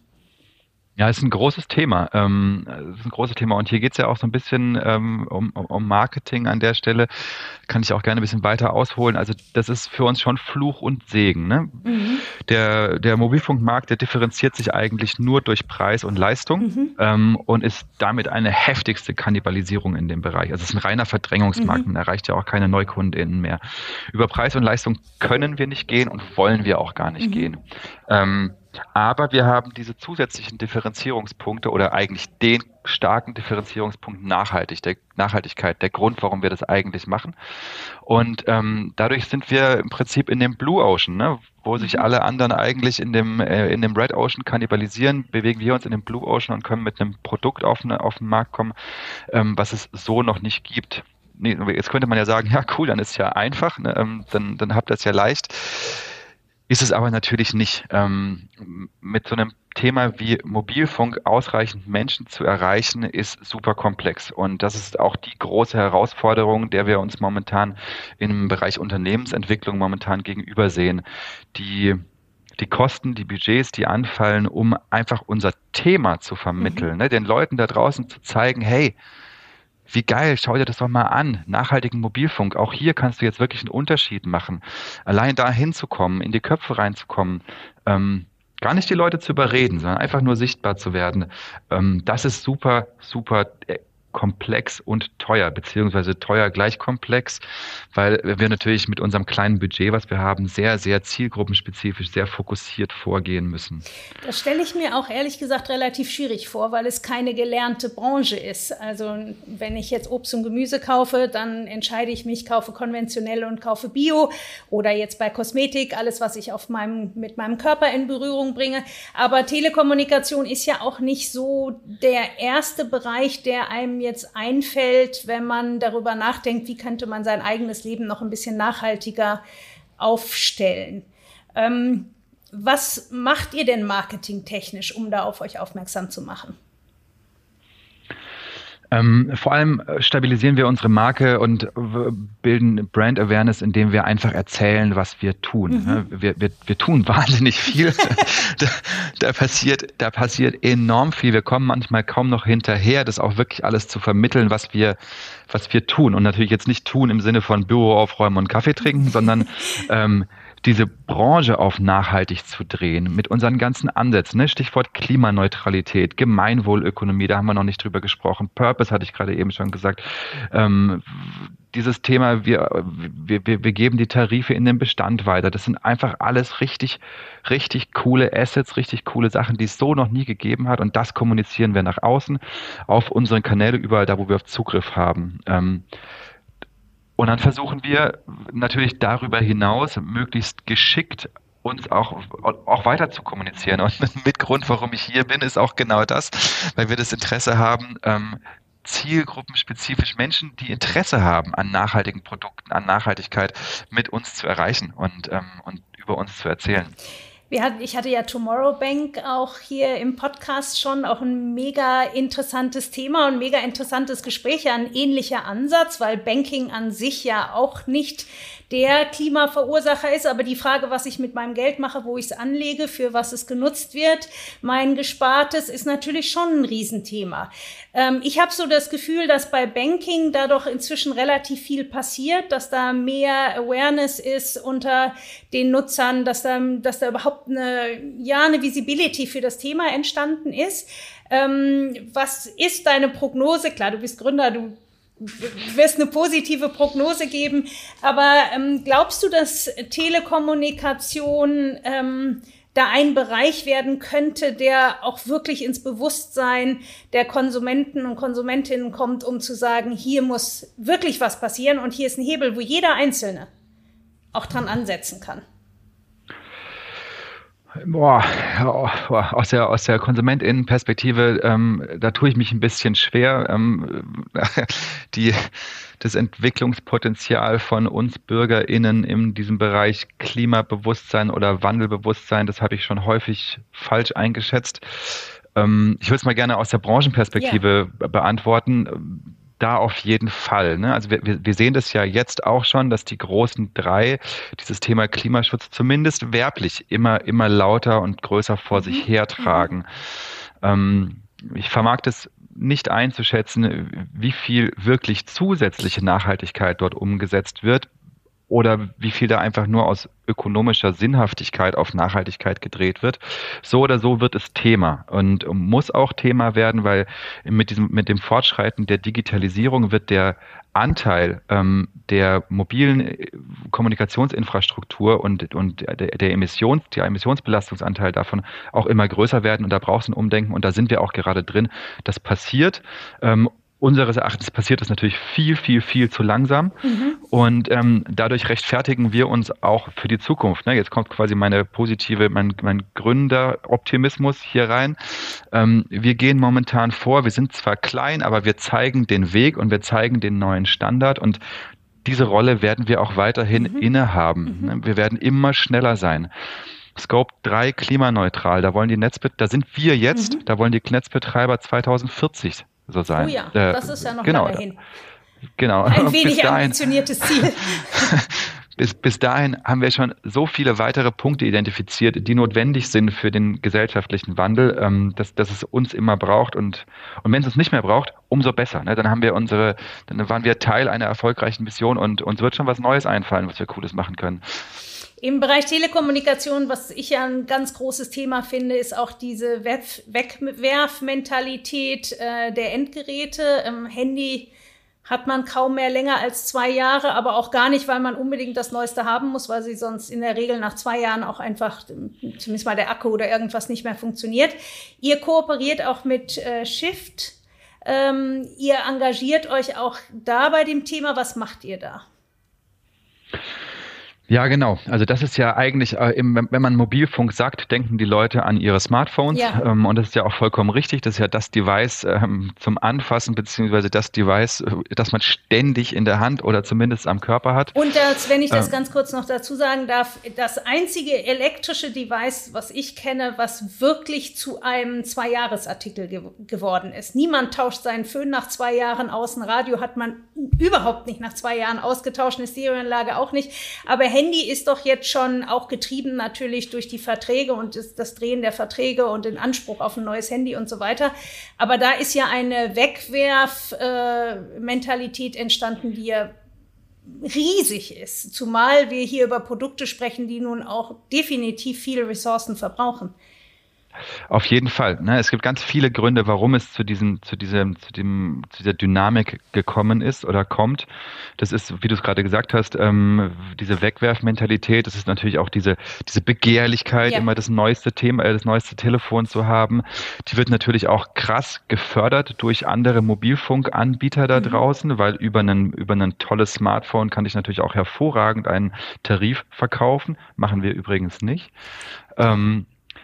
Ja, es ist ein großes Thema. Ähm, es ist ein großes Thema. Und hier geht es ja auch so ein bisschen ähm, um, um Marketing an der Stelle. Kann ich auch gerne ein bisschen weiter ausholen. Also das ist für uns schon Fluch und Segen. Ne? Mhm. Der, der Mobilfunkmarkt, der differenziert sich eigentlich nur durch Preis und Leistung mhm. ähm, und ist damit eine heftigste Kannibalisierung in dem Bereich. Also es ist ein reiner Verdrängungsmarkt. Mhm. Man erreicht ja auch keine NeukundInnen mehr. Über Preis und Leistung können wir nicht gehen und wollen wir auch gar nicht mhm. gehen. Ähm, Aber wir haben diese zusätzlichen Differenzierungspunkte oder eigentlich den starken Differenzierungspunkt Nachhaltig, der Nachhaltigkeit, der Grund, warum wir das eigentlich machen. Und ähm, dadurch sind wir im Prinzip in dem Blue Ocean, ne, wo sich alle anderen eigentlich in dem, äh, in dem Red Ocean kannibalisieren, bewegen wir uns in dem Blue Ocean und können mit einem Produkt auf, eine, auf den Markt kommen, ähm, was es so noch nicht gibt. Nee, jetzt könnte man ja sagen, ja cool, dann ist es ja einfach, ne, ähm, dann, dann habt ihr es ja leicht. Ist es aber natürlich nicht. Ähm, mit so einem Thema wie Mobilfunk ausreichend Menschen zu erreichen, ist super komplex. Und das ist auch die große Herausforderung, der wir uns momentan im Bereich Unternehmensentwicklung momentan gegenübersehen. Die, die Kosten, die Budgets, die anfallen, um einfach unser Thema zu vermitteln, mhm. ne, den Leuten da draußen zu zeigen, hey, wie geil, schau dir das doch mal an. Nachhaltigen Mobilfunk. Auch hier kannst du jetzt wirklich einen Unterschied machen. Allein da hinzukommen, in die Köpfe reinzukommen, ähm, gar nicht die Leute zu überreden, sondern einfach nur sichtbar zu werden. Ähm, das ist super, super komplex und teuer, beziehungsweise teuer gleich komplex, weil wir natürlich mit unserem kleinen Budget, was wir haben, sehr, sehr zielgruppenspezifisch, sehr fokussiert vorgehen müssen. Das stelle ich mir auch ehrlich gesagt relativ schwierig vor, weil es keine gelernte Branche ist. Also wenn ich jetzt Obst und Gemüse kaufe, dann entscheide ich mich, kaufe konventionell und kaufe Bio oder jetzt bei Kosmetik, alles, was ich auf meinem, mit meinem Körper in Berührung bringe. Aber Telekommunikation ist ja auch nicht so der erste Bereich, der einem jetzt einfällt, wenn man darüber nachdenkt, wie könnte man sein eigenes Leben noch ein bisschen nachhaltiger aufstellen. Ähm, was macht ihr denn marketingtechnisch, um da auf euch aufmerksam zu machen? Ähm, vor allem stabilisieren wir unsere Marke und bilden Brand Awareness, indem wir einfach erzählen, was wir tun. Mhm. Wir, wir, wir tun wahnsinnig viel. da, da, passiert, da passiert enorm viel. Wir kommen manchmal kaum noch hinterher, das auch wirklich alles zu vermitteln, was wir, was wir tun. Und natürlich jetzt nicht tun im Sinne von Büro aufräumen und Kaffee trinken, sondern ähm, diese Branche auf nachhaltig zu drehen, mit unseren ganzen Ansätzen, ne? Stichwort Klimaneutralität, Gemeinwohlökonomie, da haben wir noch nicht drüber gesprochen, Purpose hatte ich gerade eben schon gesagt, ähm, dieses Thema, wir, wir, wir geben die Tarife in den Bestand weiter, das sind einfach alles richtig, richtig coole Assets, richtig coole Sachen, die es so noch nie gegeben hat und das kommunizieren wir nach außen auf unseren Kanälen, überall da, wo wir Zugriff haben. Ähm, Und dann versuchen wir natürlich darüber hinaus möglichst geschickt uns auch, auch weiter zu kommunizieren. Und mit Grund, warum ich hier bin, ist auch genau das, weil wir das Interesse haben, ähm, zielgruppenspezifisch Menschen, die Interesse haben an nachhaltigen Produkten, an Nachhaltigkeit, mit uns zu erreichen und, ähm, und über uns zu erzählen. Wir hatten, ich hatte ja Tomorrow Bank auch hier im Podcast schon, auch ein mega interessantes Thema und mega interessantes Gespräch, ja, ein ähnlicher Ansatz, weil Banking an sich ja auch nicht der Klimaverursacher ist, aber die Frage, was ich mit meinem Geld mache, wo ich es anlege, für was es genutzt wird, mein Gespartes, ist natürlich schon ein Riesenthema. Ähm, ich habe so das Gefühl, dass bei Banking da doch inzwischen relativ viel passiert, dass da mehr Awareness ist unter den Nutzern, dass da, dass da überhaupt eine, ja, eine Visibility für das Thema entstanden ist. Ähm, was ist deine Prognose? Klar, du bist Gründer, du wirst eine positive Prognose geben, aber ähm, glaubst du, dass Telekommunikation ähm, da ein Bereich werden könnte, der auch wirklich ins Bewusstsein der Konsumenten und Konsumentinnen kommt, um zu sagen, hier muss wirklich was passieren und hier ist ein Hebel, wo jeder Einzelne auch dran ansetzen kann? Boah, aus der, aus der KonsumentInnen-Perspektive, ähm, da tue ich mich ein bisschen schwer. Ähm, die, das Entwicklungspotenzial von uns BürgerInnen in diesem Bereich Klimabewusstsein oder Wandelbewusstsein, das habe ich schon häufig falsch eingeschätzt. Ähm, ich würde es mal gerne aus der Branchenperspektive ja. beantworten. Da auf jeden Fall. Ne? Also wir, wir sehen das ja jetzt auch schon, dass die großen drei dieses Thema Klimaschutz zumindest werblich immer, immer lauter und größer vor mhm. sich hertragen. Mhm. Ähm, ich vermag das nicht einzuschätzen, wie viel wirklich zusätzliche Nachhaltigkeit dort umgesetzt wird oder wie viel da einfach nur aus ökonomischer Sinnhaftigkeit auf Nachhaltigkeit gedreht wird. So oder so wird es Thema und muss auch Thema werden, weil mit diesem, mit dem Fortschreiten der Digitalisierung wird der Anteil ähm, der mobilen Kommunikationsinfrastruktur und, und der, der Emissions, der Emissionsbelastungsanteil davon auch immer größer werden und da braucht es ein Umdenken und da sind wir auch gerade drin. Das passiert. Ähm, Unseres Erachtens passiert das natürlich viel, viel, viel zu langsam mhm. und ähm, dadurch rechtfertigen wir uns auch für die Zukunft. Ne? Jetzt kommt quasi meine positive, mein, mein Gründeroptimismus hier rein. Ähm, wir gehen momentan vor, wir sind zwar klein, aber wir zeigen den Weg und wir zeigen den neuen Standard und diese Rolle werden wir auch weiterhin mhm. innehaben. Mhm. Ne? Wir werden immer schneller sein. Scope drei klimaneutral, da wollen die Netzbet- da sind wir jetzt, mhm. da wollen die Netzbetreiber zweitausendvierzig so sein. Oh ja, äh, das ist ja noch genau, lange hin. Genau. Ein wenig ambitioniertes Ziel. bis, bis dahin haben wir schon so viele weitere Punkte identifiziert, die notwendig sind für den gesellschaftlichen Wandel, ähm, dass, dass es uns immer braucht. Und, und wenn es uns nicht mehr braucht, umso besser. Ne? Dann haben wir unsere, dann waren wir Teil einer erfolgreichen Mission und uns wird schon was Neues einfallen, was wir Cooles machen können. Im Bereich Telekommunikation, was ich ja ein ganz großes Thema finde, ist auch diese Wegwerfmentalität äh, der Endgeräte. Ähm, Handy hat man kaum mehr länger als zwei Jahre, aber auch gar nicht, weil man unbedingt das Neueste haben muss, weil sie sonst in der Regel nach zwei Jahren auch einfach, zumindest mal der Akku oder irgendwas nicht mehr funktioniert. Ihr kooperiert auch mit äh, Shift. Ähm, ihr engagiert euch auch da bei dem Thema. Was macht ihr da? Ja, genau. Also das ist ja eigentlich, äh, im, wenn man Mobilfunk sagt, denken die Leute an ihre Smartphones. Ja. Ähm, und das ist ja auch vollkommen richtig. Das ist ja das Device ähm, zum Anfassen, beziehungsweise das Device, äh, das man ständig in der Hand oder zumindest am Körper hat. Und das, wenn ich das ähm, ganz kurz noch dazu sagen darf, das einzige elektrische Device, was ich kenne, was wirklich zu einem Zwei-Jahres-Artikel ge- geworden ist. Niemand tauscht seinen Föhn nach zwei Jahren aus. Ein Radio hat man überhaupt nicht nach zwei Jahren ausgetauscht, eine Stereoanlage auch nicht. Aber Handy ist doch jetzt schon auch getrieben natürlich durch die Verträge und das, das Drehen der Verträge und den Anspruch auf ein neues Handy und so weiter. Aber da ist ja eine Wegwerf-Mentalität äh, entstanden, die ja riesig ist. Zumal wir hier über Produkte sprechen, die nun auch definitiv viele Ressourcen verbrauchen. Auf jeden Fall. Ne? Es gibt ganz viele Gründe, warum es zu diesem, zu diesem, zu dem, zu dieser Dynamik gekommen ist oder kommt. Das ist, wie du es gerade gesagt hast, ähm, diese Wegwerfmentalität. Das ist natürlich auch diese, diese Begehrlichkeit, ja. immer das neueste Thema, äh, das neueste Telefon zu haben. Die wird natürlich auch krass gefördert durch andere Mobilfunkanbieter da mhm. draußen, weil über einen, über ein tolles Smartphone kann ich natürlich auch hervorragend einen Tarif verkaufen. Machen wir übrigens nicht. Ähm,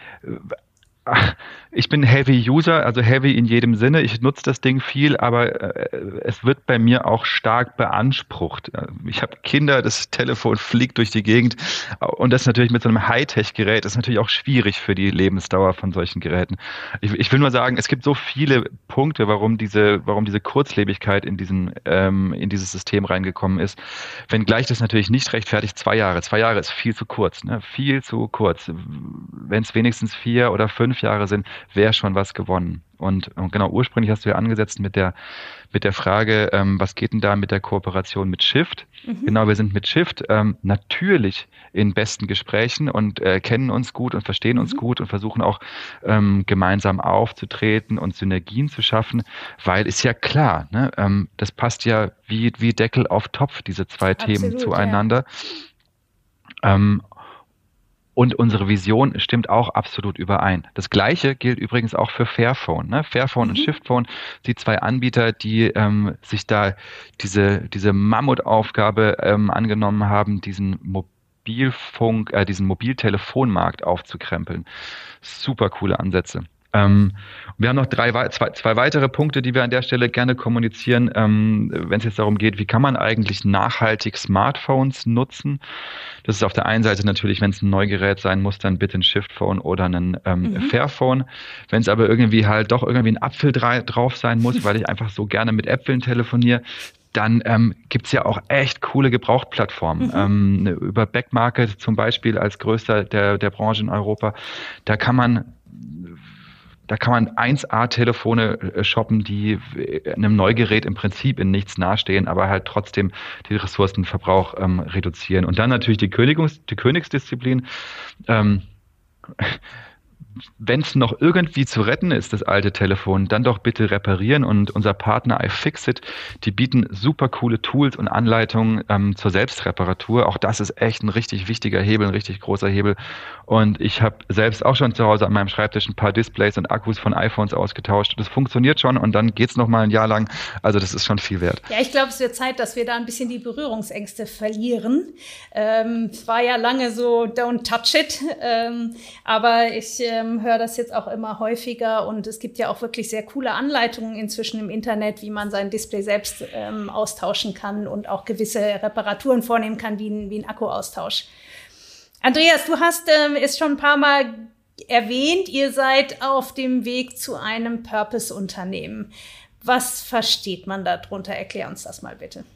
Ich bin Heavy User, also Heavy in jedem Sinne. Ich nutze das Ding viel, aber äh, es wird bei mir auch stark beansprucht. Ich habe Kinder, das Telefon fliegt durch die Gegend und das natürlich mit so einem Hightech-Gerät ist natürlich auch schwierig für die Lebensdauer von solchen Geräten. Ich, ich will nur sagen, es gibt so viele Punkte, warum diese, warum diese Kurzlebigkeit in diesen, ähm, in dieses System reingekommen ist. Wenngleich das natürlich nicht rechtfertigt, zwei Jahre. Zwei Jahre ist viel zu kurz, ne? Viel zu kurz. Wenn es wenigstens vier oder fünf Jahre sind, wäre schon was gewonnen. Und, und genau, ursprünglich hast du ja angesetzt mit der, mit der Frage, ähm, was geht denn da mit der Kooperation mit Shift? Mhm. Genau, wir sind mit Shift ähm, natürlich in besten Gesprächen und äh, kennen uns gut und verstehen uns mhm. gut und versuchen auch ähm, gemeinsam aufzutreten und Synergien zu schaffen, weil ist ja klar, ne, ähm, das passt ja wie, wie Deckel auf Topf, diese zwei Absolut, Themen zueinander. Ja. Ähm, Und unsere Vision stimmt auch absolut überein. Das Gleiche gilt übrigens auch für Fairphone. Ne? Fairphone mhm. und Shiftphone, die zwei Anbieter, die ähm, sich da diese, diese Mammutaufgabe ähm, angenommen haben, diesen Mobilfunk, äh, diesen Mobiltelefonmarkt aufzukrempeln. Super coole Ansätze. Ähm, wir haben noch drei, zwei, zwei weitere Punkte, die wir an der Stelle gerne kommunizieren, ähm, wenn es jetzt darum geht, wie kann man eigentlich nachhaltig Smartphones nutzen. Das ist auf der einen Seite natürlich, wenn es ein Neugerät sein muss, dann bitte ein Shiftphone oder ein ähm, mhm. Fairphone. Wenn es aber irgendwie halt doch irgendwie ein Apfel drauf sein muss, weil ich einfach so gerne mit Äpfeln telefoniere, dann ähm, gibt es ja auch echt coole Gebrauchtplattformen. Mhm. Ähm, über Backmarket zum Beispiel als größter der, der Branche in Europa, da kann man Da kann man eins A Telefone shoppen, die einem Neugerät im Prinzip in nichts nahestehen, aber halt trotzdem den Ressourcenverbrauch ähm, reduzieren. Und dann natürlich die, Königungs-, die Königsdisziplin. Ähm, Wenn es noch irgendwie zu retten ist, das alte Telefon, dann doch bitte reparieren. Und unser Partner iFixit, die bieten super coole Tools und Anleitungen ähm, zur Selbstreparatur. Auch das ist echt ein richtig wichtiger Hebel, ein richtig großer Hebel. Und ich habe selbst auch schon zu Hause an meinem Schreibtisch ein paar Displays und Akkus von iPhones ausgetauscht. Das funktioniert schon und dann geht's noch mal ein Jahr lang. Also das ist schon viel wert. Ja, ich glaube, es wird Zeit, dass wir da ein bisschen die Berührungsängste verlieren. Ähm, es war ja lange so, don't touch it. Ähm, aber ich ähm, höre das jetzt auch immer häufiger und es gibt ja auch wirklich sehr coole Anleitungen inzwischen im Internet, wie man sein Display selbst ähm, austauschen kann und auch gewisse Reparaturen vornehmen kann, wie ein, wie ein Akkuaustausch. Andreas, du hast ähm, es schon ein paar Mal erwähnt, ihr seid auf dem Weg zu einem Purpose-Unternehmen. Was versteht man darunter? Erklär uns das mal bitte.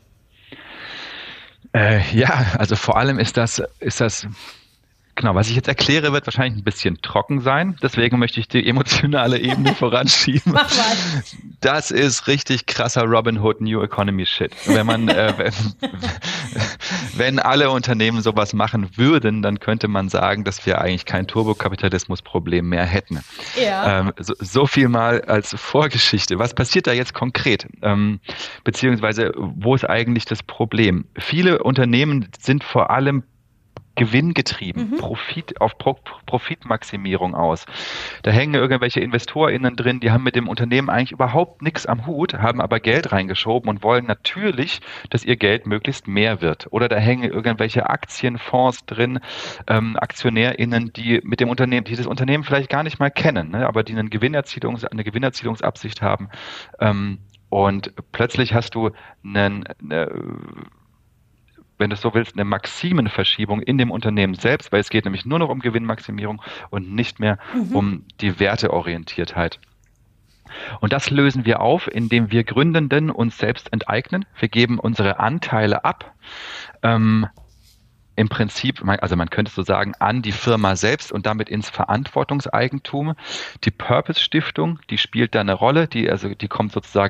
Äh, ja, also vor allem ist das, ist das Genau, was ich jetzt erkläre, wird wahrscheinlich ein bisschen trocken sein. Deswegen möchte ich die emotionale Ebene voranschieben. Mach mal. Das ist richtig krasser Robin Hood New Economy Shit. Wenn man, äh, wenn, wenn alle Unternehmen sowas machen würden, dann könnte man sagen, dass wir eigentlich kein Turbokapitalismus-Problem mehr hätten. Ja. Ähm, so, so viel mal als Vorgeschichte. Was passiert da jetzt konkret? Ähm, beziehungsweise, wo ist eigentlich das Problem? Viele Unternehmen sind vor allem gewinngetrieben, mhm. Profit auf Pro- Profitmaximierung aus. Da hängen irgendwelche InvestorInnen drin, die haben mit dem Unternehmen eigentlich überhaupt nichts am Hut, haben aber Geld reingeschoben und wollen natürlich, dass ihr Geld möglichst mehr wird. Oder da hängen irgendwelche Aktienfonds drin, ähm, AktionärInnen, die mit dem Unternehmen, die das Unternehmen vielleicht gar nicht mal kennen, ne, aber die einen Gewinnerzielungs-, eine Gewinnerzielungsabsicht haben. Ähm, und plötzlich hast du einen, eine wenn du so willst, eine Maximenverschiebung in dem Unternehmen selbst, weil es geht nämlich nur noch um Gewinnmaximierung und nicht mehr mhm. um die Werteorientiertheit. Und das lösen wir auf, indem wir Gründenden uns selbst enteignen. Wir geben unsere Anteile ab. Ähm, Im Prinzip, also man könnte so sagen, an die Firma selbst und damit ins Verantwortungseigentum. Die Purpose-Stiftung, die spielt da eine Rolle, die, also die kommt sozusagen als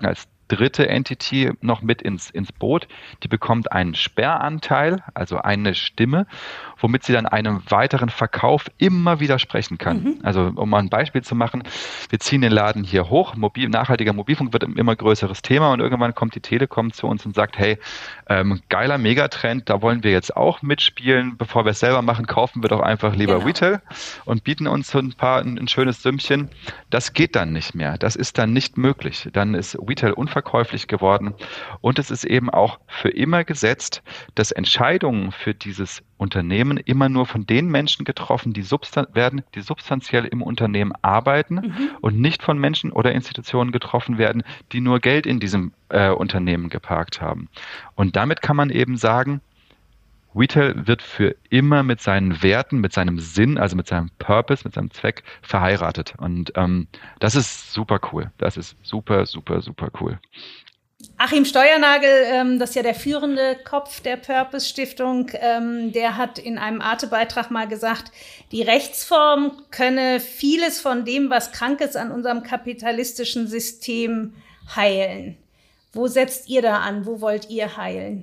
dritte Entity noch mit ins, ins Boot. Die bekommt einen Sperranteil, also eine Stimme, womit sie dann einem weiteren Verkauf immer widersprechen kann. Mhm. Also um mal ein Beispiel zu machen, wir ziehen den Laden hier hoch, Mobil, nachhaltiger Mobilfunk wird ein immer größeres Thema und irgendwann kommt die Telekom zu uns und sagt, hey, ähm, geiler Megatrend, da wollen wir jetzt auch mitspielen, bevor wir es selber machen, kaufen wir doch einfach lieber genau. Retail und bieten uns so ein paar, ein, ein schönes Sümmchen. Das geht dann nicht mehr, das ist dann nicht möglich. Dann ist Retail unverkäuflich geworden und es ist eben auch für immer gesetzt, dass Entscheidungen für dieses Unternehmen immer nur von den Menschen getroffen, die substan- werden, die substanziell im Unternehmen arbeiten mhm. und nicht von Menschen oder Institutionen getroffen werden, die nur Geld in diesem äh, Unternehmen geparkt haben. Und damit kann man eben sagen, Retail wird für immer mit seinen Werten, mit seinem Sinn, also mit seinem Purpose, mit seinem Zweck verheiratet. Und ähm, das ist super cool. Das ist super, super, super cool. Achim Steuernagel, ähm, das ist ja der führende Kopf der Purpose-Stiftung, ähm, der hat in einem Arte-Beitrag mal gesagt, die Rechtsform könne vieles von dem, was krank ist, an unserem kapitalistischen System heilen. Wo setzt ihr da an? Wo wollt ihr heilen?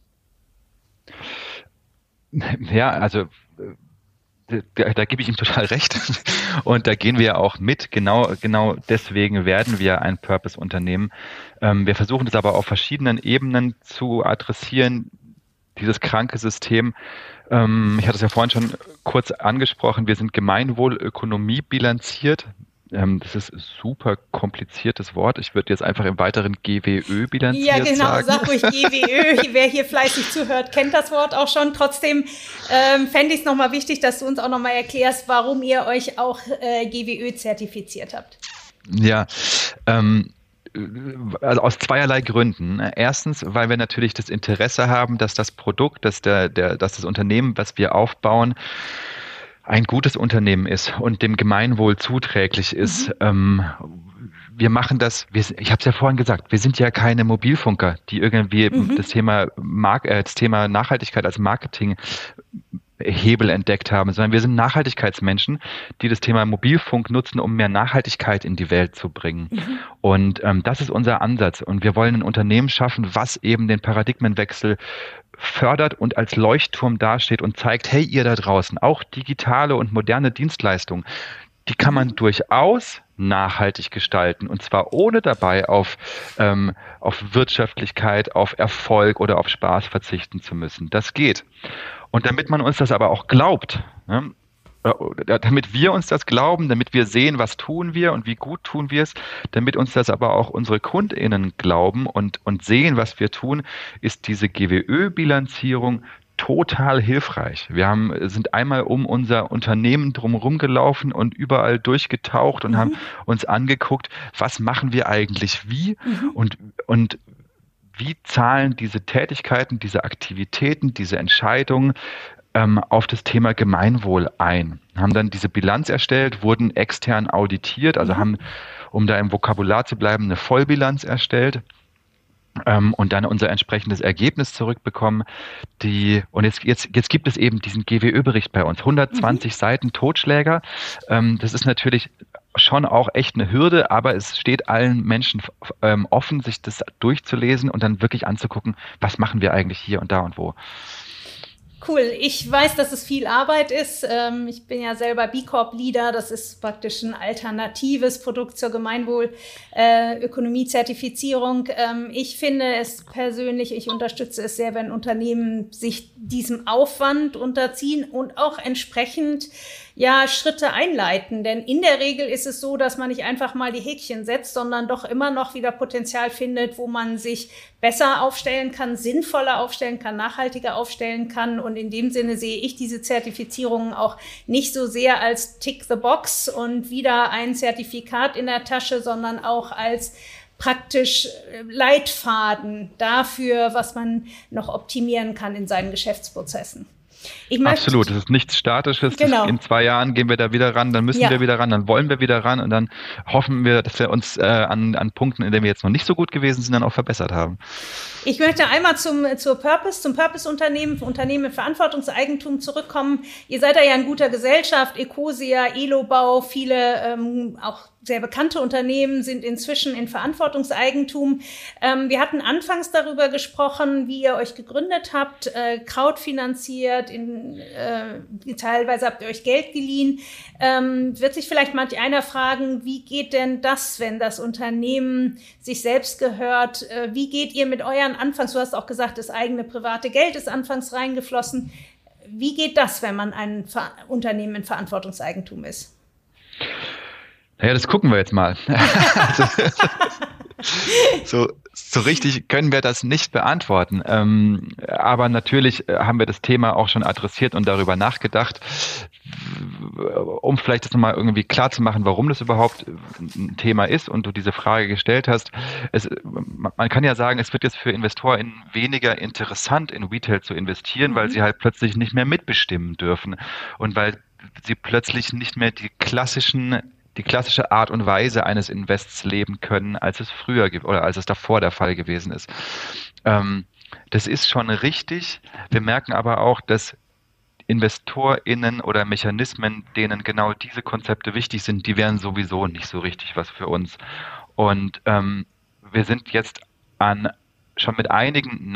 Ja, also Da, da gebe ich ihm total recht und da gehen wir auch mit. Genau, genau deswegen werden wir ein Purpose-Unternehmen. Ähm, wir versuchen das aber auf verschiedenen Ebenen zu adressieren, dieses kranke System. Ähm, ich hatte es ja vorhin schon kurz angesprochen, wir sind Gemeinwohlökonomie bilanziert. Ähm, das ist ein super kompliziertes Wort. Ich würde jetzt einfach im weiteren G W Ö bilanziert sagen. Ja, genau, sagen. Sag ruhig G W Ö. Wer hier fleißig zuhört, kennt das Wort auch schon. Trotzdem ähm, fände ich es nochmal wichtig, dass du uns auch nochmal erklärst, warum ihr euch auch äh, G W Ö zertifiziert habt. Ja, ähm, also aus zweierlei Gründen. Erstens, weil wir natürlich das Interesse haben, dass das Produkt, dass, der, der, dass das Unternehmen, was wir aufbauen, ein gutes Unternehmen ist und dem Gemeinwohl zuträglich ist. Mhm. Ähm, wir machen das, wir, ich habe es ja vorhin gesagt, wir sind ja keine Mobilfunker, die irgendwie mhm. das Thema Mark, äh, das Thema Nachhaltigkeit als Marketinghebel entdeckt haben, sondern wir sind Nachhaltigkeitsmenschen, die das Thema Mobilfunk nutzen, um mehr Nachhaltigkeit in die Welt zu bringen. Mhm. Und ähm, das ist unser Ansatz. Und wir wollen ein Unternehmen schaffen, was eben den Paradigmenwechsel fördert und als Leuchtturm dasteht und zeigt, hey, ihr da draußen, auch digitale und moderne Dienstleistungen, die kann man durchaus nachhaltig gestalten und zwar ohne dabei auf, ähm, auf Wirtschaftlichkeit, auf Erfolg oder auf Spaß verzichten zu müssen. Das geht. Und damit man uns das aber auch glaubt, ne, damit wir uns das glauben, damit wir sehen, was tun wir und wie gut tun wir es, damit uns das aber auch unsere KundInnen glauben und, und sehen, was wir tun, ist diese G W Ö-Bilanzierung total hilfreich. Wir haben, sind einmal um unser Unternehmen drumherum gelaufen und überall durchgetaucht und mhm. haben uns angeguckt, was machen wir eigentlich wie mhm. und, und wie zahlen diese Tätigkeiten, diese Aktivitäten, diese Entscheidungen ähm, auf das Thema Gemeinwohl ein. Haben dann diese Bilanz erstellt, wurden extern auditiert, also mhm. haben, um da im Vokabular zu bleiben, eine Vollbilanz erstellt. Ähm, und dann unser entsprechendes Ergebnis zurückbekommen. Die, und jetzt, jetzt, jetzt gibt es eben diesen G W Ö-Bericht bei uns, hundertzwanzig mhm. Seiten Totschläger. Ähm, das ist natürlich schon auch echt eine Hürde, aber es steht allen Menschen ähm, offen, sich das durchzulesen und dann wirklich anzugucken, was machen wir eigentlich hier und da und wo. Cool. Ich weiß, dass es viel Arbeit ist. Ich bin ja selber B Corp Leader. Das ist praktisch ein alternatives Produkt zur Gemeinwohlökonomie-Zertifizierung. Ich finde es persönlich, ich unterstütze es sehr, wenn Unternehmen sich diesem Aufwand unterziehen und auch entsprechend ja Schritte einleiten. Denn in der Regel ist es so, dass man nicht einfach mal die Häkchen setzt, sondern doch immer noch wieder Potenzial findet, wo man sich besser aufstellen kann, sinnvoller aufstellen kann, nachhaltiger aufstellen kann. Und in dem Sinne sehe ich diese Zertifizierungen auch nicht so sehr als Tick the Box und wieder ein Zertifikat in der Tasche, sondern auch als praktisch Leitfaden dafür, was man noch optimieren kann in seinen Geschäftsprozessen. Ich möchte, Absolut, das ist nichts Statisches. Genau. In zwei Jahren gehen wir da wieder ran, dann müssen ja. wir wieder ran, dann wollen wir wieder ran und dann hoffen wir, dass wir uns äh, an, an Punkten, in denen wir jetzt noch nicht so gut gewesen sind, dann auch verbessert haben. Ich möchte einmal zum, zur Purpose, zum Purpose-Unternehmen, Unternehmen mit Verantwortungseigentum zurückkommen. Ihr seid da ja in guter Gesellschaft, Ecosia, Elobau, viele ähm, auch sehr bekannte Unternehmen sind inzwischen in Verantwortungseigentum. Ähm, wir hatten anfangs darüber gesprochen, wie ihr euch gegründet habt, äh, crowdfinanziert, in, äh, teilweise habt ihr euch Geld geliehen. Ähm, wird sich vielleicht manch einer fragen, wie geht denn das, wenn das Unternehmen sich selbst gehört? Äh, wie geht ihr mit euren Anfangs, du hast auch gesagt, das eigene private Geld ist anfangs reingeflossen. Wie geht das, wenn man ein Ver- Unternehmen in Verantwortungseigentum ist? Naja, das gucken wir jetzt mal. also, so, so richtig können wir das nicht beantworten. Ähm, aber natürlich haben wir das Thema auch schon adressiert und darüber nachgedacht, um vielleicht das nochmal irgendwie klar zu machen, warum das überhaupt ein Thema ist und du diese Frage gestellt hast. Es, man kann ja sagen, es wird jetzt für InvestorInnen weniger interessant, in Retail zu investieren, mhm. weil sie halt plötzlich nicht mehr mitbestimmen dürfen und weil sie plötzlich nicht mehr die klassischen die klassische Art und Weise eines Invests leben können, als es früher oder als es davor der Fall gewesen ist. Ähm, das ist schon richtig. Wir merken aber auch, dass InvestorInnen oder Mechanismen, denen genau diese Konzepte wichtig sind, die wären sowieso nicht so richtig was für uns. Und ähm, wir sind jetzt an schon mit einigen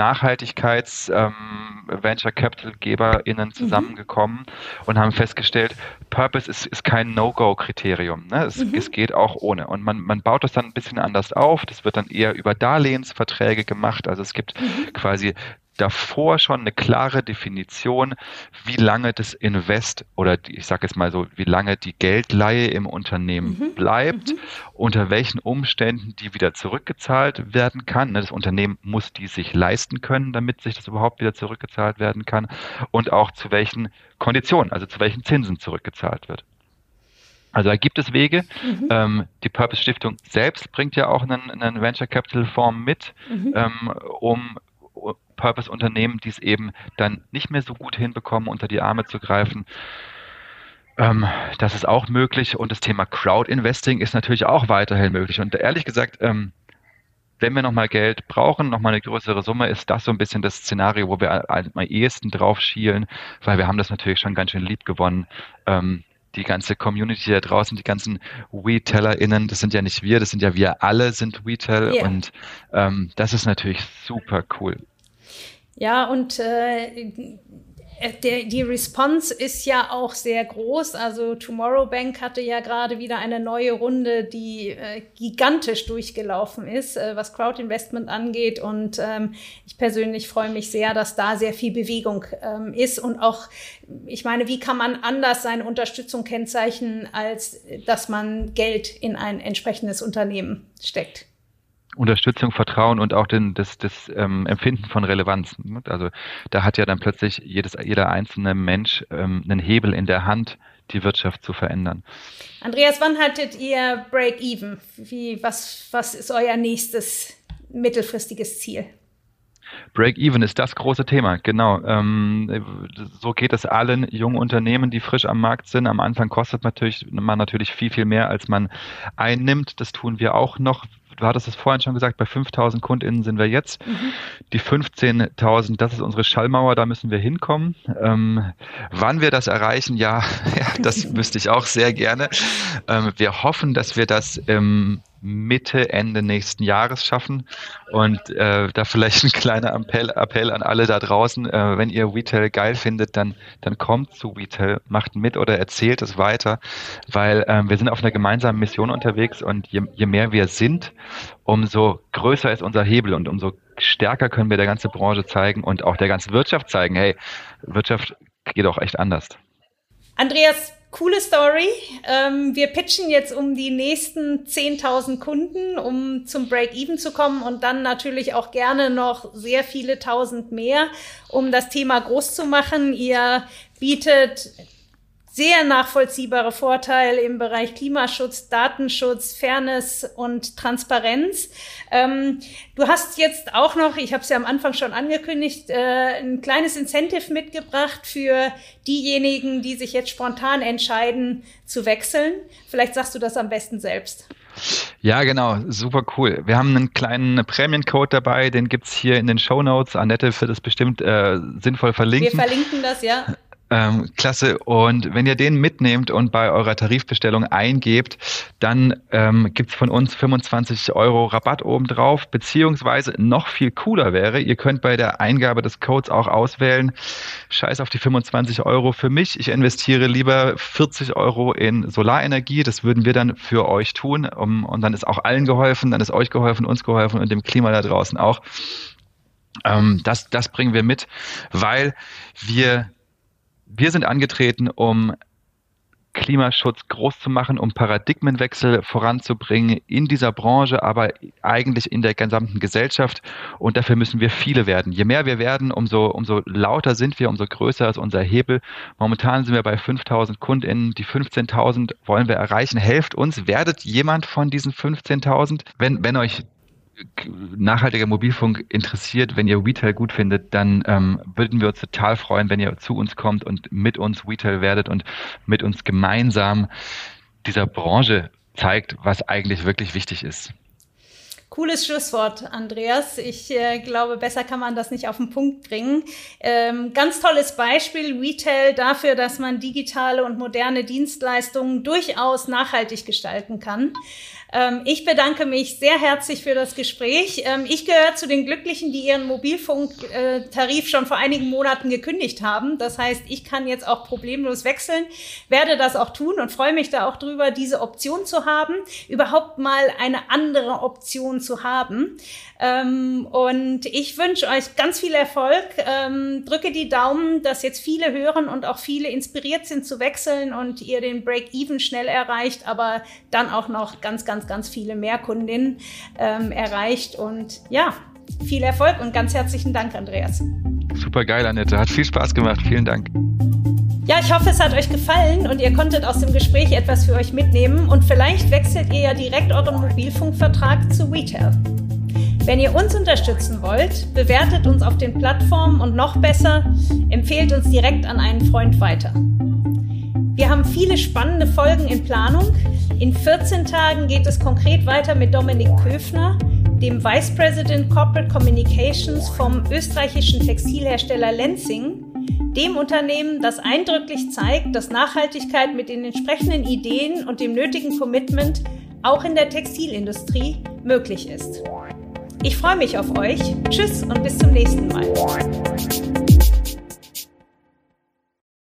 Nachhaltigkeits-Venture-Capital-GeberInnen zusammengekommen mhm. und haben festgestellt, Purpose ist, ist kein No-Go-Kriterium. Ne? Es, mhm. es geht auch ohne. Und man, man baut das dann ein bisschen anders auf. Das wird dann eher über Darlehensverträge gemacht. Also es gibt mhm. quasi davor schon eine klare Definition, wie lange das Invest oder die, ich sage jetzt mal so, wie lange die Geldleihe im Unternehmen mhm. bleibt, mhm. unter welchen Umständen die wieder zurückgezahlt werden kann. Das Unternehmen muss die sich leisten können, damit sich das überhaupt wieder zurückgezahlt werden kann und auch zu welchen Konditionen, also zu welchen Zinsen zurückgezahlt wird. Also da gibt es Wege. Mhm. Ähm, die Purpose Stiftung selbst bringt ja auch einen, einen Venture Capital Fonds mit, mhm. ähm, um Purpose-Unternehmen, die es eben dann nicht mehr so gut hinbekommen, unter die Arme zu greifen. Ähm, das ist auch möglich und das Thema Crowd-Investing ist natürlich auch weiterhin möglich. Und ehrlich gesagt, ähm, wenn wir nochmal Geld brauchen, nochmal eine größere Summe, ist das so ein bisschen das Szenario, wo wir am ehesten drauf schielen, weil wir haben das natürlich schon ganz schön lieb gewonnen. Ähm, die ganze Community da draußen, die ganzen RetailerInnen, das sind ja nicht wir, das sind ja wir alle sind Retail yeah. und ähm, das ist natürlich super cool. Ja, und äh, der, die Response ist ja auch sehr groß. Also Tomorrow Bank hatte ja gerade wieder eine neue Runde, die äh, gigantisch durchgelaufen ist, äh, was Crowdinvestment angeht. Und ähm, ich persönlich freue mich sehr, dass da sehr viel Bewegung ähm, ist. Und auch, ich meine, wie kann man anders seine Unterstützung kennzeichnen, als dass man Geld in ein entsprechendes Unternehmen steckt? Unterstützung, Vertrauen und auch den, das, das ähm, Empfinden von Relevanz. Also da hat ja dann plötzlich jedes, jeder einzelne Mensch ähm, einen Hebel in der Hand, die Wirtschaft zu verändern. Andreas, wann hattet ihr Break-Even? Wie, was, was ist euer nächstes mittelfristiges Ziel? Break-Even ist das große Thema, genau. Ähm, so geht es allen jungen Unternehmen, die frisch am Markt sind. Am Anfang kostet natürlich, man natürlich viel, viel mehr, als man einnimmt. Das tun wir auch noch. Du hattest es vorhin schon gesagt, bei fünftausend KundInnen sind wir jetzt. Mhm. Die fünfzehntausend, das ist unsere Schallmauer, da müssen wir hinkommen. Ähm, wann wir das erreichen, ja, ja das wüsste ich auch sehr gerne. Ähm, wir hoffen, dass wir das ähm, Mitte, Ende nächsten Jahres schaffen. Und äh, da vielleicht ein kleiner Appell, Appell an alle da draußen. Äh, wenn ihr Retail geil findet, dann, dann kommt zu Retail, macht mit oder erzählt es weiter, weil äh, wir sind auf einer gemeinsamen Mission unterwegs und je, je mehr wir sind, umso größer ist unser Hebel und umso stärker können wir der ganzen Branche zeigen und auch der ganzen Wirtschaft zeigen, hey, Wirtschaft geht auch echt anders. Andreas, coole Story. Ähm, wir pitchen jetzt um die nächsten zehntausend Kunden, um zum Break-Even zu kommen und dann natürlich auch gerne noch sehr viele tausend mehr, um das Thema groß zu machen. Ihr bietet sehr nachvollziehbare Vorteile im Bereich Klimaschutz, Datenschutz, Fairness und Transparenz. Ähm, du hast jetzt auch noch, ich habe es ja am Anfang schon angekündigt, äh, ein kleines Incentive mitgebracht für diejenigen, die sich jetzt spontan entscheiden zu wechseln. Vielleicht sagst du das am besten selbst. Ja, genau, super cool. Wir haben einen kleinen Prämiencode dabei, den gibt's hier in den Shownotes. Annette wird es bestimmt äh, sinnvoll verlinken. Wir verlinken das, ja. Ähm, klasse. Und wenn ihr den mitnehmt und bei eurer Tarifbestellung eingebt, dann ähm, gibt's von uns fünfundzwanzig Euro Rabatt obendrauf, beziehungsweise noch viel cooler wäre, ihr könnt bei der Eingabe des Codes auch auswählen, scheiß auf die fünfundzwanzig Euro für mich, ich investiere lieber vierzig Euro in Solarenergie, das würden wir dann für euch tun, um, und dann ist auch allen geholfen, dann ist euch geholfen, uns geholfen und dem Klima da draußen auch. Ähm, das, das bringen wir mit, weil wir Wir sind angetreten, um Klimaschutz groß zu machen, um Paradigmenwechsel voranzubringen in dieser Branche, aber eigentlich in der gesamten Gesellschaft. Und dafür müssen wir viele werden. Je mehr wir werden, umso, umso lauter sind wir, umso größer ist unser Hebel. Momentan sind wir bei fünftausend KundInnen. Die fünfzehntausend wollen wir erreichen. Helft uns. Werdet jemand von diesen fünfzehntausend. Wenn, wenn euch nachhaltiger Mobilfunk interessiert, wenn ihr Retail gut findet, dann ähm, würden wir uns total freuen, wenn ihr zu uns kommt und mit uns Retail werdet und mit uns gemeinsam dieser Branche zeigt, was eigentlich wirklich wichtig ist. Cooles Schlusswort, Andreas. Ich äh, glaube, besser kann man das nicht auf den Punkt bringen. Ähm, ganz tolles Beispiel, Retail, dafür, dass man digitale und moderne Dienstleistungen durchaus nachhaltig gestalten kann. Ähm, ich bedanke mich sehr herzlich für das Gespräch. Ähm, ich gehöre zu den Glücklichen, die ihren Mobilfunktarif schon vor einigen Monaten gekündigt haben. Das heißt, ich kann jetzt auch problemlos wechseln, werde das auch tun und freue mich da auch drüber, diese Option zu haben, überhaupt mal eine andere Option zu haben. Ähm, und ich wünsche euch ganz viel Erfolg. Ähm, drücke die Daumen, dass jetzt viele hören und auch viele inspiriert sind zu wechseln und ihr den Break-Even schnell erreicht, aber dann auch noch ganz, ganz, ganz viele mehr Kundinnen ähm, erreicht. Und ja, viel Erfolg und ganz herzlichen Dank, Andreas. Super geil, Annette. Hat viel Spaß gemacht. Vielen Dank. Ja, ich hoffe, es hat euch gefallen und ihr konntet aus dem Gespräch etwas für euch mitnehmen und vielleicht wechselt ihr ja direkt euren Mobilfunkvertrag zu Retail. Wenn ihr uns unterstützen wollt, bewertet uns auf den Plattformen und noch besser, empfehlt uns direkt an einen Freund weiter. Wir haben viele spannende Folgen in Planung. In vierzehn Tagen geht es konkret weiter mit Dominik Köfner, dem Vice President Corporate Communications vom österreichischen Textilhersteller Lenzing, dem Unternehmen, das eindrücklich zeigt, dass Nachhaltigkeit mit den entsprechenden Ideen und dem nötigen Commitment auch in der Textilindustrie möglich ist. Ich freue mich auf euch. Tschüss und bis zum nächsten Mal.